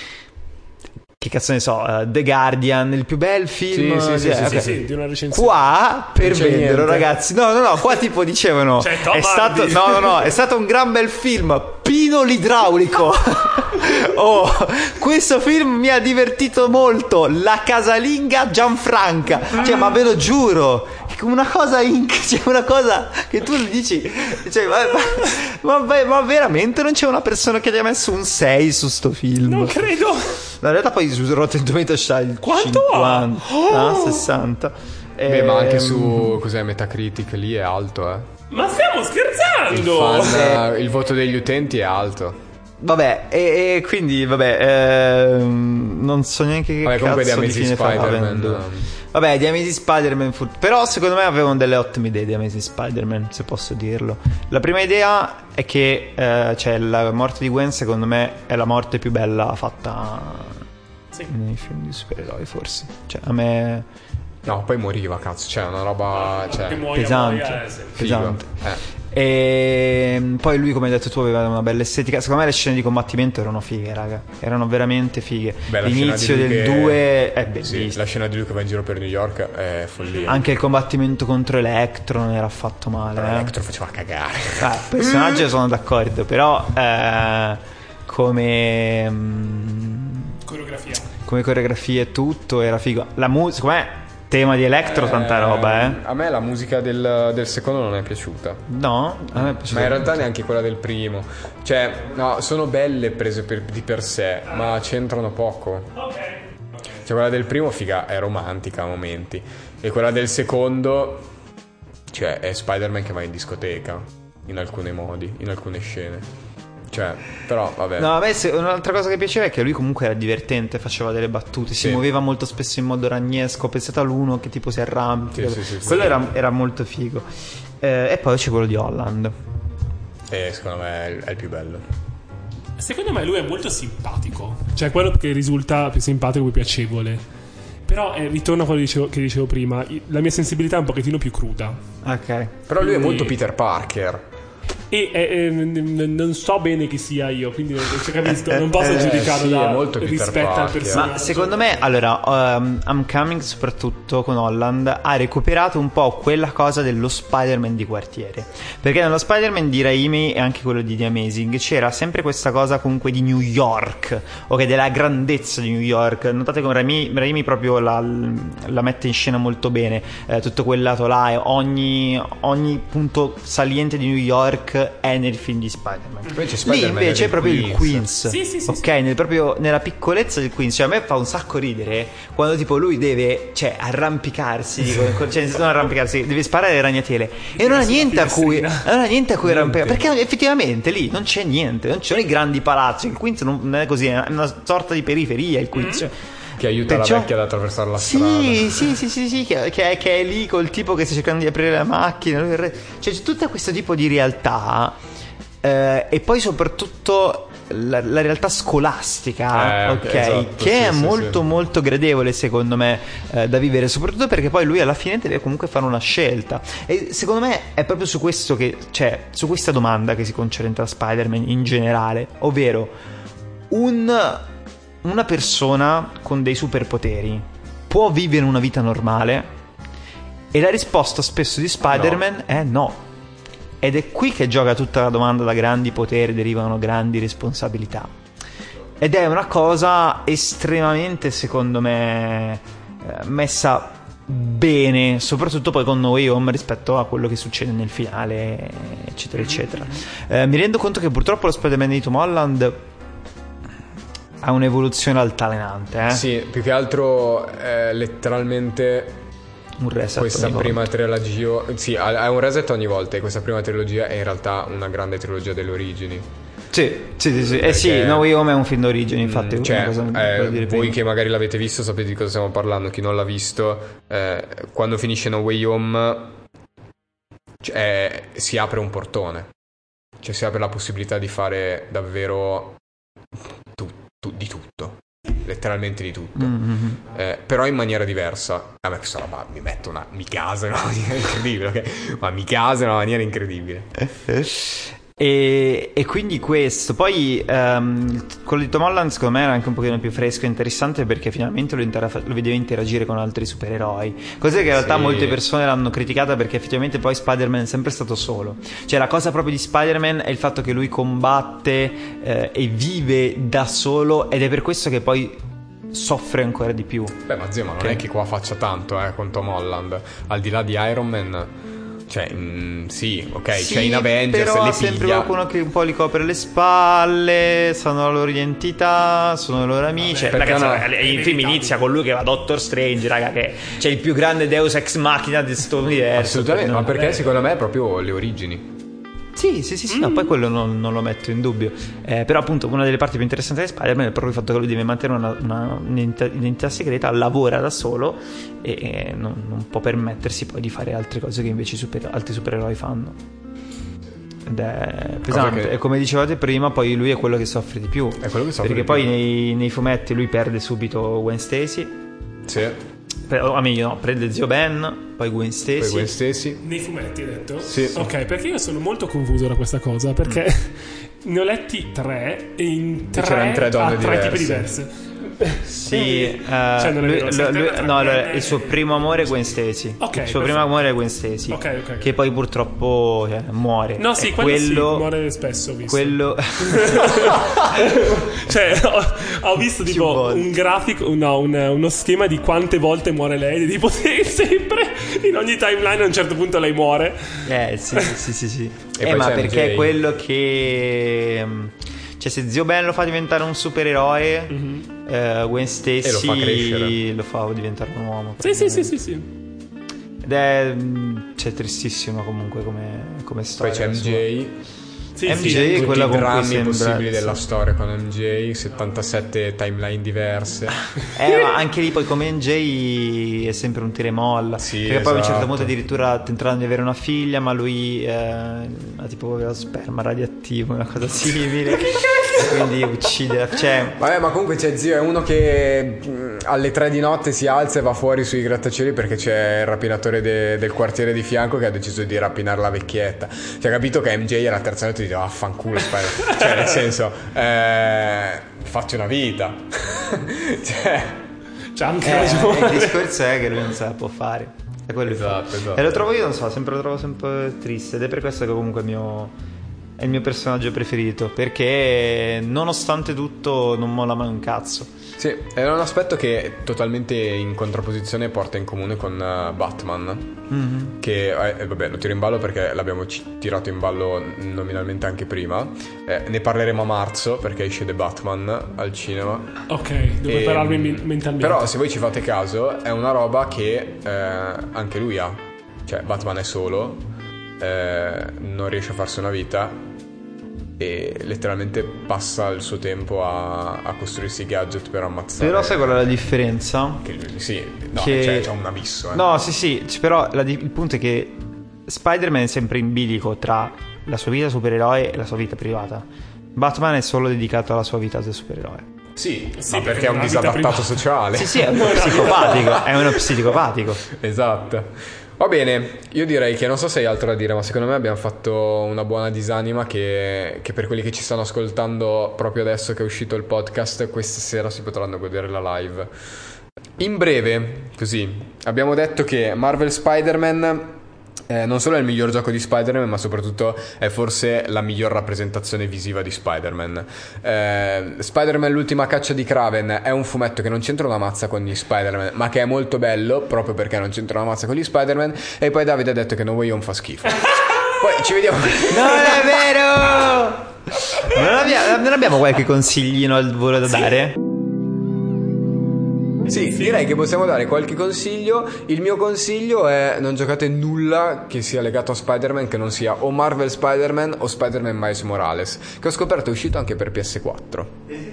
Che cazzo ne so, uh, The Guardian, il più bel film. Sì, sì, sì, eh, sì, ok. Sì, sì, di una recensione. Qua per c'è venderlo, niente. ragazzi. No, no, no, qua tipo dicevano C'è Tom è stato Hardy. no, no, no, è stato un gran bel film, Pino l'idraulico. Oh, questo film mi ha divertito molto, La casalinga Gianfranca. Cioè, ma ve lo giuro, una cosa in... cioè una cosa che tu dici, cioè, ma, ma, ma, ma veramente non c'è una persona che gli ha messo un sei su sto film? Non credo. No, in realtà poi su Rotten Tomatoes c'ha il Quanto ha? cinquanta, Oh! sessanta. Beh, ma anche Ehm, su cos'è Metacritic lì è alto, eh. Ma stiamo Il, scherzando? fan, eh, il voto degli utenti è alto. Vabbè, e, e quindi vabbè, ehm, non so neanche che Vabbè, comunque cazzo The di Amazing fine fa Spider-Man, avendo. ehm. Vabbè, The Amazing Spider-Man fu... Però secondo me avevano delle ottime idee di Amazing Spider-Man, se posso dirlo. La prima idea è che eh, cioè, la morte di Gwen secondo me è la morte più bella fatta Sì. nei film di supereroi, forse. Cioè, a me No, poi moriva, cazzo. Cioè, una roba. Cioè, Che muoia, pesante, muoia, eh, sì. figo. pesante. Eh. E poi lui, come hai detto tu, aveva una bella estetica. Secondo me le scene di combattimento erano fighe, raga. Erano veramente fighe. Beh, la L'inizio scena di del lui che- due è Sì, bellissimo. la scena di lui che va in giro per New York è follia. Anche il combattimento contro Electro non era affatto male. Però eh. Electro faceva cagare. Ah, il personaggio sono d'accordo, però eh, come mm, Coreografia. come coreografia e tutto era figo. La musica, com'è? Tema di Electro, tanta roba, eh. A me la musica del, del secondo non è piaciuta. No? A me è piaciuto Ma in realtà molto. neanche quella del primo. Cioè, no, sono belle prese per- di per sé, ma c'entrano poco. Ok. Cioè, quella del primo, figa, è romantica a momenti. E quella del secondo, cioè, è Spider-Man che va in discoteca. In alcuni modi, in alcune scene. Cioè, però vabbè. No, a me se, un'altra cosa che piaceva è che lui comunque era divertente, faceva delle battute, sì. si muoveva molto spesso in modo ragnesco. Pensate all'uno che tipo si arrampica. Sì, sì, sì, quello sì. Era, era molto figo. Eh, e poi c'è quello di Holland. E secondo me è il, è il più bello. Secondo me lui è molto simpatico. Cioè quello che risulta più simpatico, più piacevole. Però eh, ritorno a quello che dicevo, che dicevo prima. La mia sensibilità è un pochettino più cruda. Ok. Però lui è Quindi- molto Peter Parker. E eh, eh, n- non so bene chi sia io, quindi non, cioè, capisco, non posso Eh, giudicarlo sì, è da molto Peter rispetto al Parker. personaggio. Ma secondo me, allora, um, I'm Coming soprattutto con Holland ha recuperato un po' quella cosa dello Spider-Man di quartiere. Perché nello Spider-Man di Raimi e anche quello di The Amazing c'era sempre questa cosa comunque di New York, ok, della grandezza di New York. Notate come Raimi, Raimi proprio la, la mette in scena molto bene, eh, tutto quel lato là, e ogni, ogni punto saliente di New York è nel film di Spider-Man. Invece Lì Spider-Man invece è del proprio il Queens, Sì, sì, sì, ok, sì. Nel proprio, nella piccolezza del Queens. Cioè a me fa un sacco ridere quando tipo lui deve, cioè, arrampicarsi, dico, cioè non arrampicarsi, deve sparare le ragnatele e non ha niente a cui non ha niente a cui arrampicare, perché effettivamente lì non c'è niente, non ci sono i grandi palazzi. Il Queens non è così, è una sorta di periferia il Queens. Mm-hmm. Che aiuta Perciò- la vecchia ad attraversare la Sì, strada. sì, sì, sì, sì, che, che è, che è lì col tipo che sta cercando di aprire la macchina. lui- Cioè c'è tutto questo tipo di realtà, eh, e poi soprattutto la, la realtà scolastica, Eh, ok, esatto, che sì, è sì, molto sì. molto gradevole secondo me, eh, da vivere, soprattutto perché poi lui alla fine deve comunque fare una scelta. E secondo me è proprio su questo che, cioè, su questa domanda che si concentra Spider-Man in generale, ovvero un... una persona con dei superpoteri può vivere una vita normale? E la risposta spesso di Spider-Man è no. Ed è qui che gioca tutta la domanda: da grandi poteri derivano grandi responsabilità. Ed è una cosa estremamente, secondo me, eh, messa bene, soprattutto poi con No Way Home rispetto a quello che succede nel finale, eccetera eccetera. Eh, mi rendo conto che purtroppo lo Spider-Man di Tom Holland ha un'evoluzione altalenante, eh? Sì, più che altro è letteralmente Un reset questa ogni prima volta. trilogia. Sì, ha ha un reset ogni volta. E questa prima trilogia è in realtà una grande trilogia delle origini. Sì, sì, sì, sì. Eh Perché- sì, No Way Home è un film d'origine, infatti. Mm, è cioè, una cosa che eh, volevo dire voi prima. che magari l'avete visto sapete di cosa stiamo parlando. Chi non l'ha visto, eh, quando finisce No Way Home, cioè, si apre un portone. Cioè si apre la possibilità di fare davvero tu- tu- di tutto. Letteralmente di tutto. Mm-hmm. Eh, però in maniera diversa. A me questa roba mi mette una mi casa in una maniera incredibile, ok? Ma mi casa in una maniera incredibile. E, e quindi questo. Poi ehm, quello di Tom Holland secondo me era anche un pochino più fresco e interessante, perché finalmente lo, intera- lo vedeva interagire con altri supereroi, cosa che in realtà Sì. molte persone l'hanno criticata, perché effettivamente poi Spider-Man è sempre stato solo. Cioè la cosa proprio di Spider-Man è il fatto che lui combatte eh, e vive da solo, ed è per questo che poi soffre ancora di più. Beh, ma zio, ma non Che- è che qua faccia tanto, eh, con Tom Holland. Al di là di Iron Man, cioè, mm, sì, ok, Sì, c'è in Avengers, però le ha sempre piglia. qualcuno che un po' li copre le spalle, sanno la loro identità, sono i loro amici. Vabbè, Ragazzi, perché no? raga, il film inizia con lui che va Doctor Strange, raga, che c'è il più grande Deus ex machina di sto universo. Assolutamente, ma No, perché vabbè. secondo me è proprio le origini. Sì, sì, sì, sì, no, poi quello non, non lo metto in dubbio. Eh, però appunto una delle parti più interessanti di Spider-Man è proprio il fatto che lui deve mantenere una, una, un'identità identità segreta, lavora da solo e, e non, non può permettersi poi di fare altre cose che invece i super, altri supereroi fanno. Ed è pesante. che- E come dicevate prima, poi lui è quello che soffre di più. È quello che soffre Perché di poi più. nei, nei fumetti lui perde subito Gwen Stacy. Sì, Per- o meglio, no, prende zio Ben, poi Gwen Stacy. poi Gwen Stacy. Nei fumetti hai detto? Sì. Ok, perché io sono molto confuso da questa cosa, perché ne ho letti tre e in tre, c'erano tre donne ha tre tipi diverse. diverse. Sì, eh, Cioè, non è lui- vero, si lui- alterna lui- tra no, allora, donne il suo e- primo amore è Gwen Stacy. Ok, il suo perfetto. primo amore è Gwen Stacy. Ok, ok, ok. Che poi purtroppo cioè, muore. No, sì, E quello, quello, sì, muore spesso, ho visto. quello Cioè, ho, ho visto Più tipo volte. un grafico, no, un- uno schema di quante volte muore lei. E tipo, sì, sempre in ogni timeline a un certo punto lei muore. Eh sì, sì, sì, sì. E eh, poi ma c'è perché M J. è quello che mm, cioè se zio Ben lo fa diventare un supereroe, eh, Gwen Stacy E lo fa crescere. lo fa diventare un uomo. Sì, sì, sì, sì, sì. Ed è mm, cioè, tristissimo comunque come, come Poi storia. c'è M sua. J. Sì, M J sì, è tutti quella i con cui drammi sembra possibili sì. della storia con M J, settantasette timeline diverse. Eh, ma anche lì poi come M J è sempre un tira e molla. Sì, perché poi a un certo esatto. punto addirittura tentavano di avere una figlia, ma lui eh, ha tipo aveva sperma radioattivo, una cosa simile. Quindi uccide, cioè Vabbè, ma comunque c'è zio, è uno che mh, alle tre di notte si alza e va fuori sui grattacieli perché c'è il rapinatore de- del quartiere di fianco che ha deciso di rapinare la vecchietta. Cioè, capito che M J alla terza notte diceva vaffanculo, Spider-Man. Cioè, nel senso, eh, faccio una vita. Cioè, C'è anche eh, ragione. il discorso è che lui non se la può fare. È quello il Esatto, fatto. esatto. E lo trovo io, non so, sempre lo trovo sempre triste ed è per questo che comunque è il mio è il mio personaggio preferito, perché nonostante tutto non molla mai un cazzo. sì, è un aspetto che totalmente in contrapposizione porta in comune con uh, Batman. Mm-hmm. Che eh, vabbè, lo tiro in ballo perché l'abbiamo ci- tirato in ballo nominalmente anche prima. Eh, ne parleremo a marzo perché esce The Batman al cinema. Ok, devo E, prepararmi men- mentalmente. Però se voi ci fate caso è una roba che eh, anche lui ha. Cioè Batman è solo, eh, non riesce a farsi una vita e letteralmente passa il suo tempo a, a costruirsi i gadget per ammazzare. Però sai qual è la differenza? Che lui- sì, no, Che- cioè, c'è un abisso, eh. No, sì, sì, c- però la di- il punto è che Spider-Man è sempre in bilico tra la sua vita supereroe e la sua vita privata. Batman è solo dedicato alla sua vita da supereroe. Sì, Sì, ma perché perché è un non ha vita disadattato privata. sociale. Sì, sì, è uno psicopatico, è uno psicopatico. Esatto. Va bene, io direi che non so se hai altro da dire, ma secondo me abbiamo fatto una buona disanima che, che per quelli che ci stanno ascoltando proprio adesso che è uscito il podcast, questa sera si potranno godere la live. In breve, così, abbiamo detto che Marvel Spider-Man eh, non solo è il miglior gioco di Spider-Man, ma soprattutto è forse la miglior rappresentazione visiva di Spider-Man. Eh, Spider-Man l'ultima caccia di Kraven è un fumetto che non c'entra una mazza con gli Spider-Man, ma che è molto bello proprio perché non c'entra una mazza con gli Spider-Man. E poi Davide ha detto che No Way Home fa schifo. Poi ci vediamo. Non è vero! Non abbiamo, non abbiamo qualche consiglino al volo da dare? Sì, direi che possiamo dare qualche consiglio. Il mio consiglio è non giocate nulla che sia legato a Spider-Man che non sia o Marvel Spider-Man o Spider-Man Miles Morales, che ho scoperto è uscito anche per P S quattro.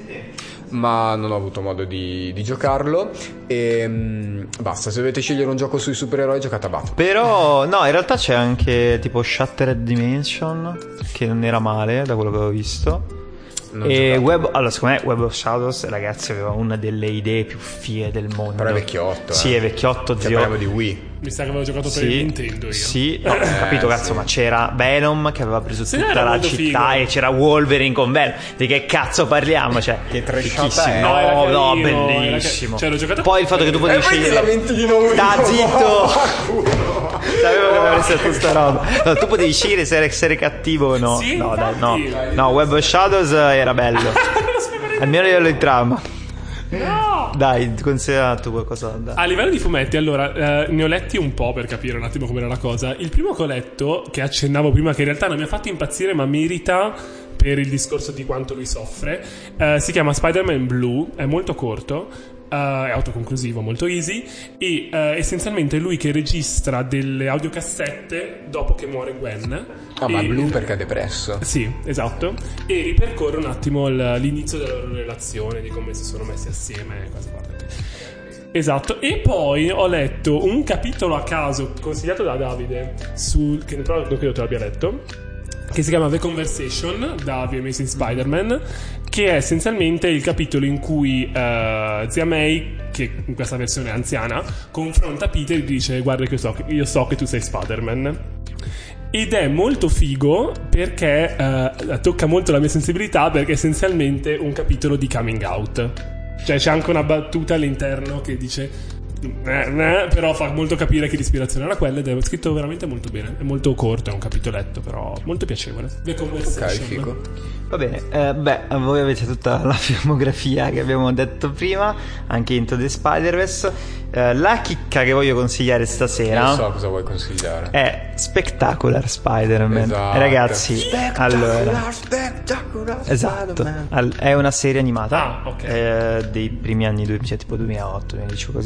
Ma non ho avuto modo di, di giocarlo. E mh, basta, se dovete scegliere un gioco sui supereroi giocate a Batman. Però no, in realtà c'è anche tipo Shattered Dimension, che non era male da quello che avevo visto. Non E giocato. Web, allora secondo me Web of Shadows, ragazzi, aveva una delle idee più fighe del mondo. Però è vecchiotto, Sì, eh. è vecchiotto, Cioè, zio. parliamo di Wii. Mi sa che avevo giocato per Sì, il Nintendo io. sì, no, ho capito, cazzo, sì. ma c'era Venom che aveva preso Sì, tutta era la molto città figo. e c'era Wolverine con Venom. Di che cazzo parliamo? Cioè, Che trashata fighissimo. è. No, No, era no, carino, era ca- bellissimo. cioè, l'ho giocato- Poi il fatto che tu potevi E poi ti scegliere. lamenti di nuovo. Sta zitto! Sapevo che aveva messo sta roba. No, tu potevi scegliere se essere cattivo o no. Sì, no, dai, no. infatti. No, Web of Shadows era bello. Almeno a livello di trama. No! Dai, considera tu qualcosa da dare. A livello di fumetti, allora, eh, ne ho letti un po' per capire un attimo com'era la cosa. Il primo che ho letto, che accennavo prima, che in realtà non mi ha fatto impazzire, ma merita per il discorso di quanto lui soffre, eh, si chiama Spider-Man Blue, è molto corto, eh, è autoconclusivo, molto easy, e eh, essenzialmente è lui che registra delle audiocassette dopo che muore Gwen. Ah, ma E- Blue perché è depresso. Sì, esatto. E ripercorre un attimo il- l'inizio della loro relazione, di come si sono messi assieme, cose varie. Esatto. E poi ho letto un capitolo a caso consigliato da Davide, su, che però non credo tu l'abbia letto, che si chiama The Conversation da The Amazing Spider-Man, che è essenzialmente il capitolo in cui uh, Zia May, che in questa versione è anziana, confronta Peter e gli dice: guarda che io so, io so che tu sei Spider-Man. Ed è molto figo perché uh, tocca molto la mia sensibilità, perché è essenzialmente un capitolo di coming out. Cioè c'è anche una battuta all'interno che dice eh, eh, però fa molto capire che l'ispirazione era quella, ed è scritto veramente molto bene. È molto corto, è un capitoletto, però molto piacevole. The Ok, Conversation. figo. Va bene, eh, beh, voi avete tutta la filmografia che abbiamo detto prima, anche Into the Spider-Verse. Eh, la chicca che voglio consigliare stasera Non so cosa vuoi consigliare. è Spectacular Spider-Man. Esatto. Eh, ragazzi, allora, Spectacular esatto, Spider-Man. Al- è una serie animata Ah, ok. eh, dei primi anni due, cioè tipo duemilaotto duemiladieci, così simile.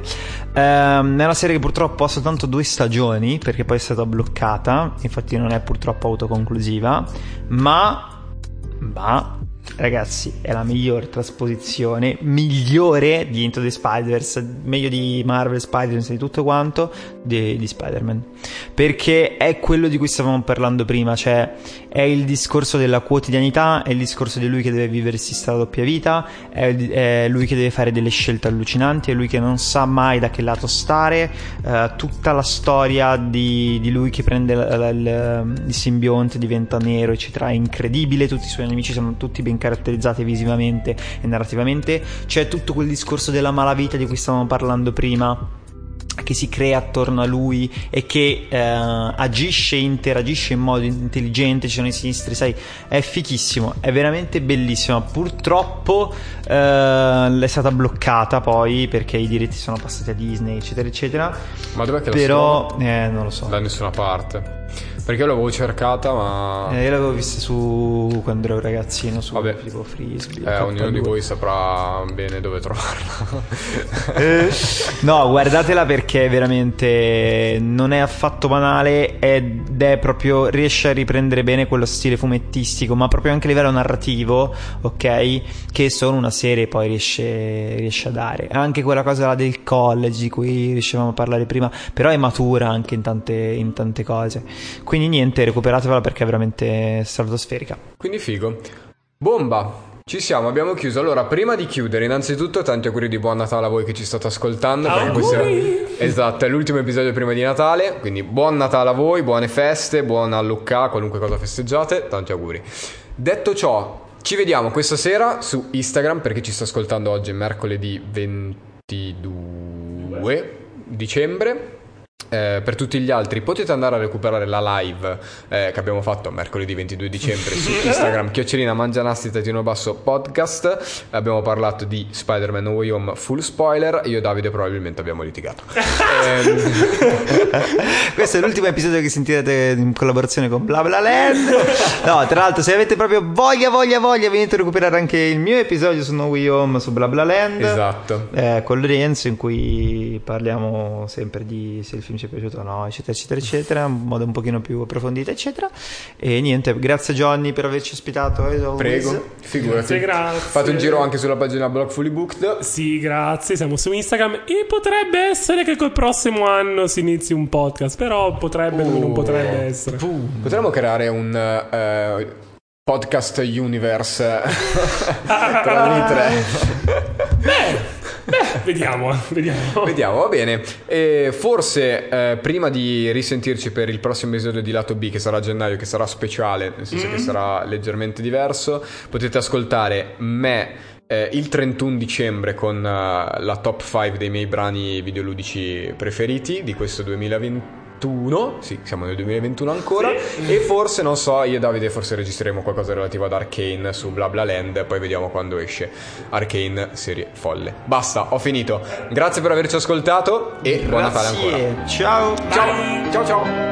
Ehm, è una serie che purtroppo ha soltanto due stagioni, perché poi è stata bloccata, infatti non è purtroppo autoconclusiva, ma ma ragazzi, è la miglior trasposizione, migliore di Into the Spider-Verse, meglio di Marvel Spider-Man, di tutto quanto, di, di Spider-Man, perché è quello di cui stavamo parlando prima, cioè è il discorso della quotidianità, è il discorso di lui che deve viversi sta doppia vita, è, è lui che deve fare delle scelte allucinanti, è lui che non sa mai da che lato stare, uh, tutta la storia di, di lui che prende l, l, l, il simbionte, diventa nero, eccetera, è incredibile, tutti i suoi nemici sono tutti ben caratterizzati visivamente e narrativamente. C'è tutto quel discorso della malavita di cui stavamo parlando prima, che si crea attorno a lui e che eh, agisce e interagisce in modo intelligente, ci sono i sinistri, sai, è fichissimo, è veramente bellissimo. Purtroppo eh, è stata bloccata poi perché i diritti sono passati a Disney, eccetera eccetera. Ma dov'è che però la eh, non lo so, da nessuna parte, perché io l'avevo cercata, ma eh, io l'avevo vista su quando ero ragazzino, su Vabbè. tipo Frisbee, eh, K due. ognuno di voi saprà bene dove trovarla. eh, no, guardatela perché veramente non è affatto banale ed è proprio, riesce a riprendere bene quello stile fumettistico, ma proprio anche a livello narrativo, ok, che solo una serie poi riesce, riesce a dare. Anche quella cosa là del college di cui riuscivamo a parlare prima, però è matura anche in tante, in tante cose. Quindi niente, recuperatevela perché è veramente stratosferica. Quindi figo. Bomba, ci siamo, abbiamo chiuso. Allora, prima di chiudere, innanzitutto tanti auguri di buon Natale a voi che ci state ascoltando, perché questo è, esatto, è l'ultimo episodio prima di Natale, quindi buon Natale a voi, buone feste, buon Lucca, qualunque cosa festeggiate, tanti auguri. Detto ciò, ci vediamo questa sera su Instagram, perché ci sta ascoltando oggi, mercoledì ventidue dicembre. Eh, per tutti gli altri potete andare a recuperare la live eh, che abbiamo fatto mercoledì ventidue dicembre su Instagram, chiocciolina mangianasti trattino basso podcast. Abbiamo parlato di Spider-Man No Way Home, full spoiler. Io e Davide probabilmente abbiamo litigato. ehm... Questo è l'ultimo episodio che sentirete in collaborazione con Bla Bla Land. No, tra l'altro, se avete proprio voglia voglia voglia, venite a recuperare anche il mio episodio su No Way Home, su Bla Bla Land, esatto, eh, con Lorenzo, in cui parliamo sempre di se il film ci è piaciuto o no, eccetera eccetera eccetera, in modo un pochino più approfondito, eccetera. E niente, grazie Johnny per averci ospitato. Prego, figurati. Grazie. Fate un giro anche sulla pagina Blog Fully Booked. Sì, grazie, siamo su Instagram e potrebbe essere che col prossimo anno si inizi un podcast, però potrebbe, uh, non potrebbe essere. Boom. Potremmo creare un uh, podcast universe tra noi tre. Beh, Beh, vediamo, vediamo. Vediamo, va bene. E forse eh, prima di risentirci per il prossimo episodio di Lato B, che sarà a gennaio, che sarà speciale, nel senso mm. che sarà leggermente diverso, potete ascoltare me eh, il trentuno dicembre con uh, la top cinque dei miei brani videoludici preferiti di questo duemilaventuno. Sì, siamo nel duemilaventuno ancora. Sì. E forse, non so, io e Davide forse registreremo qualcosa relativo ad Arcane su Bla Bla Land. Poi vediamo quando esce Arcane, serie folle. Basta, ho finito. Grazie per averci ascoltato e buon Natale ancora. Ciao. Ciao. Ciao ciao.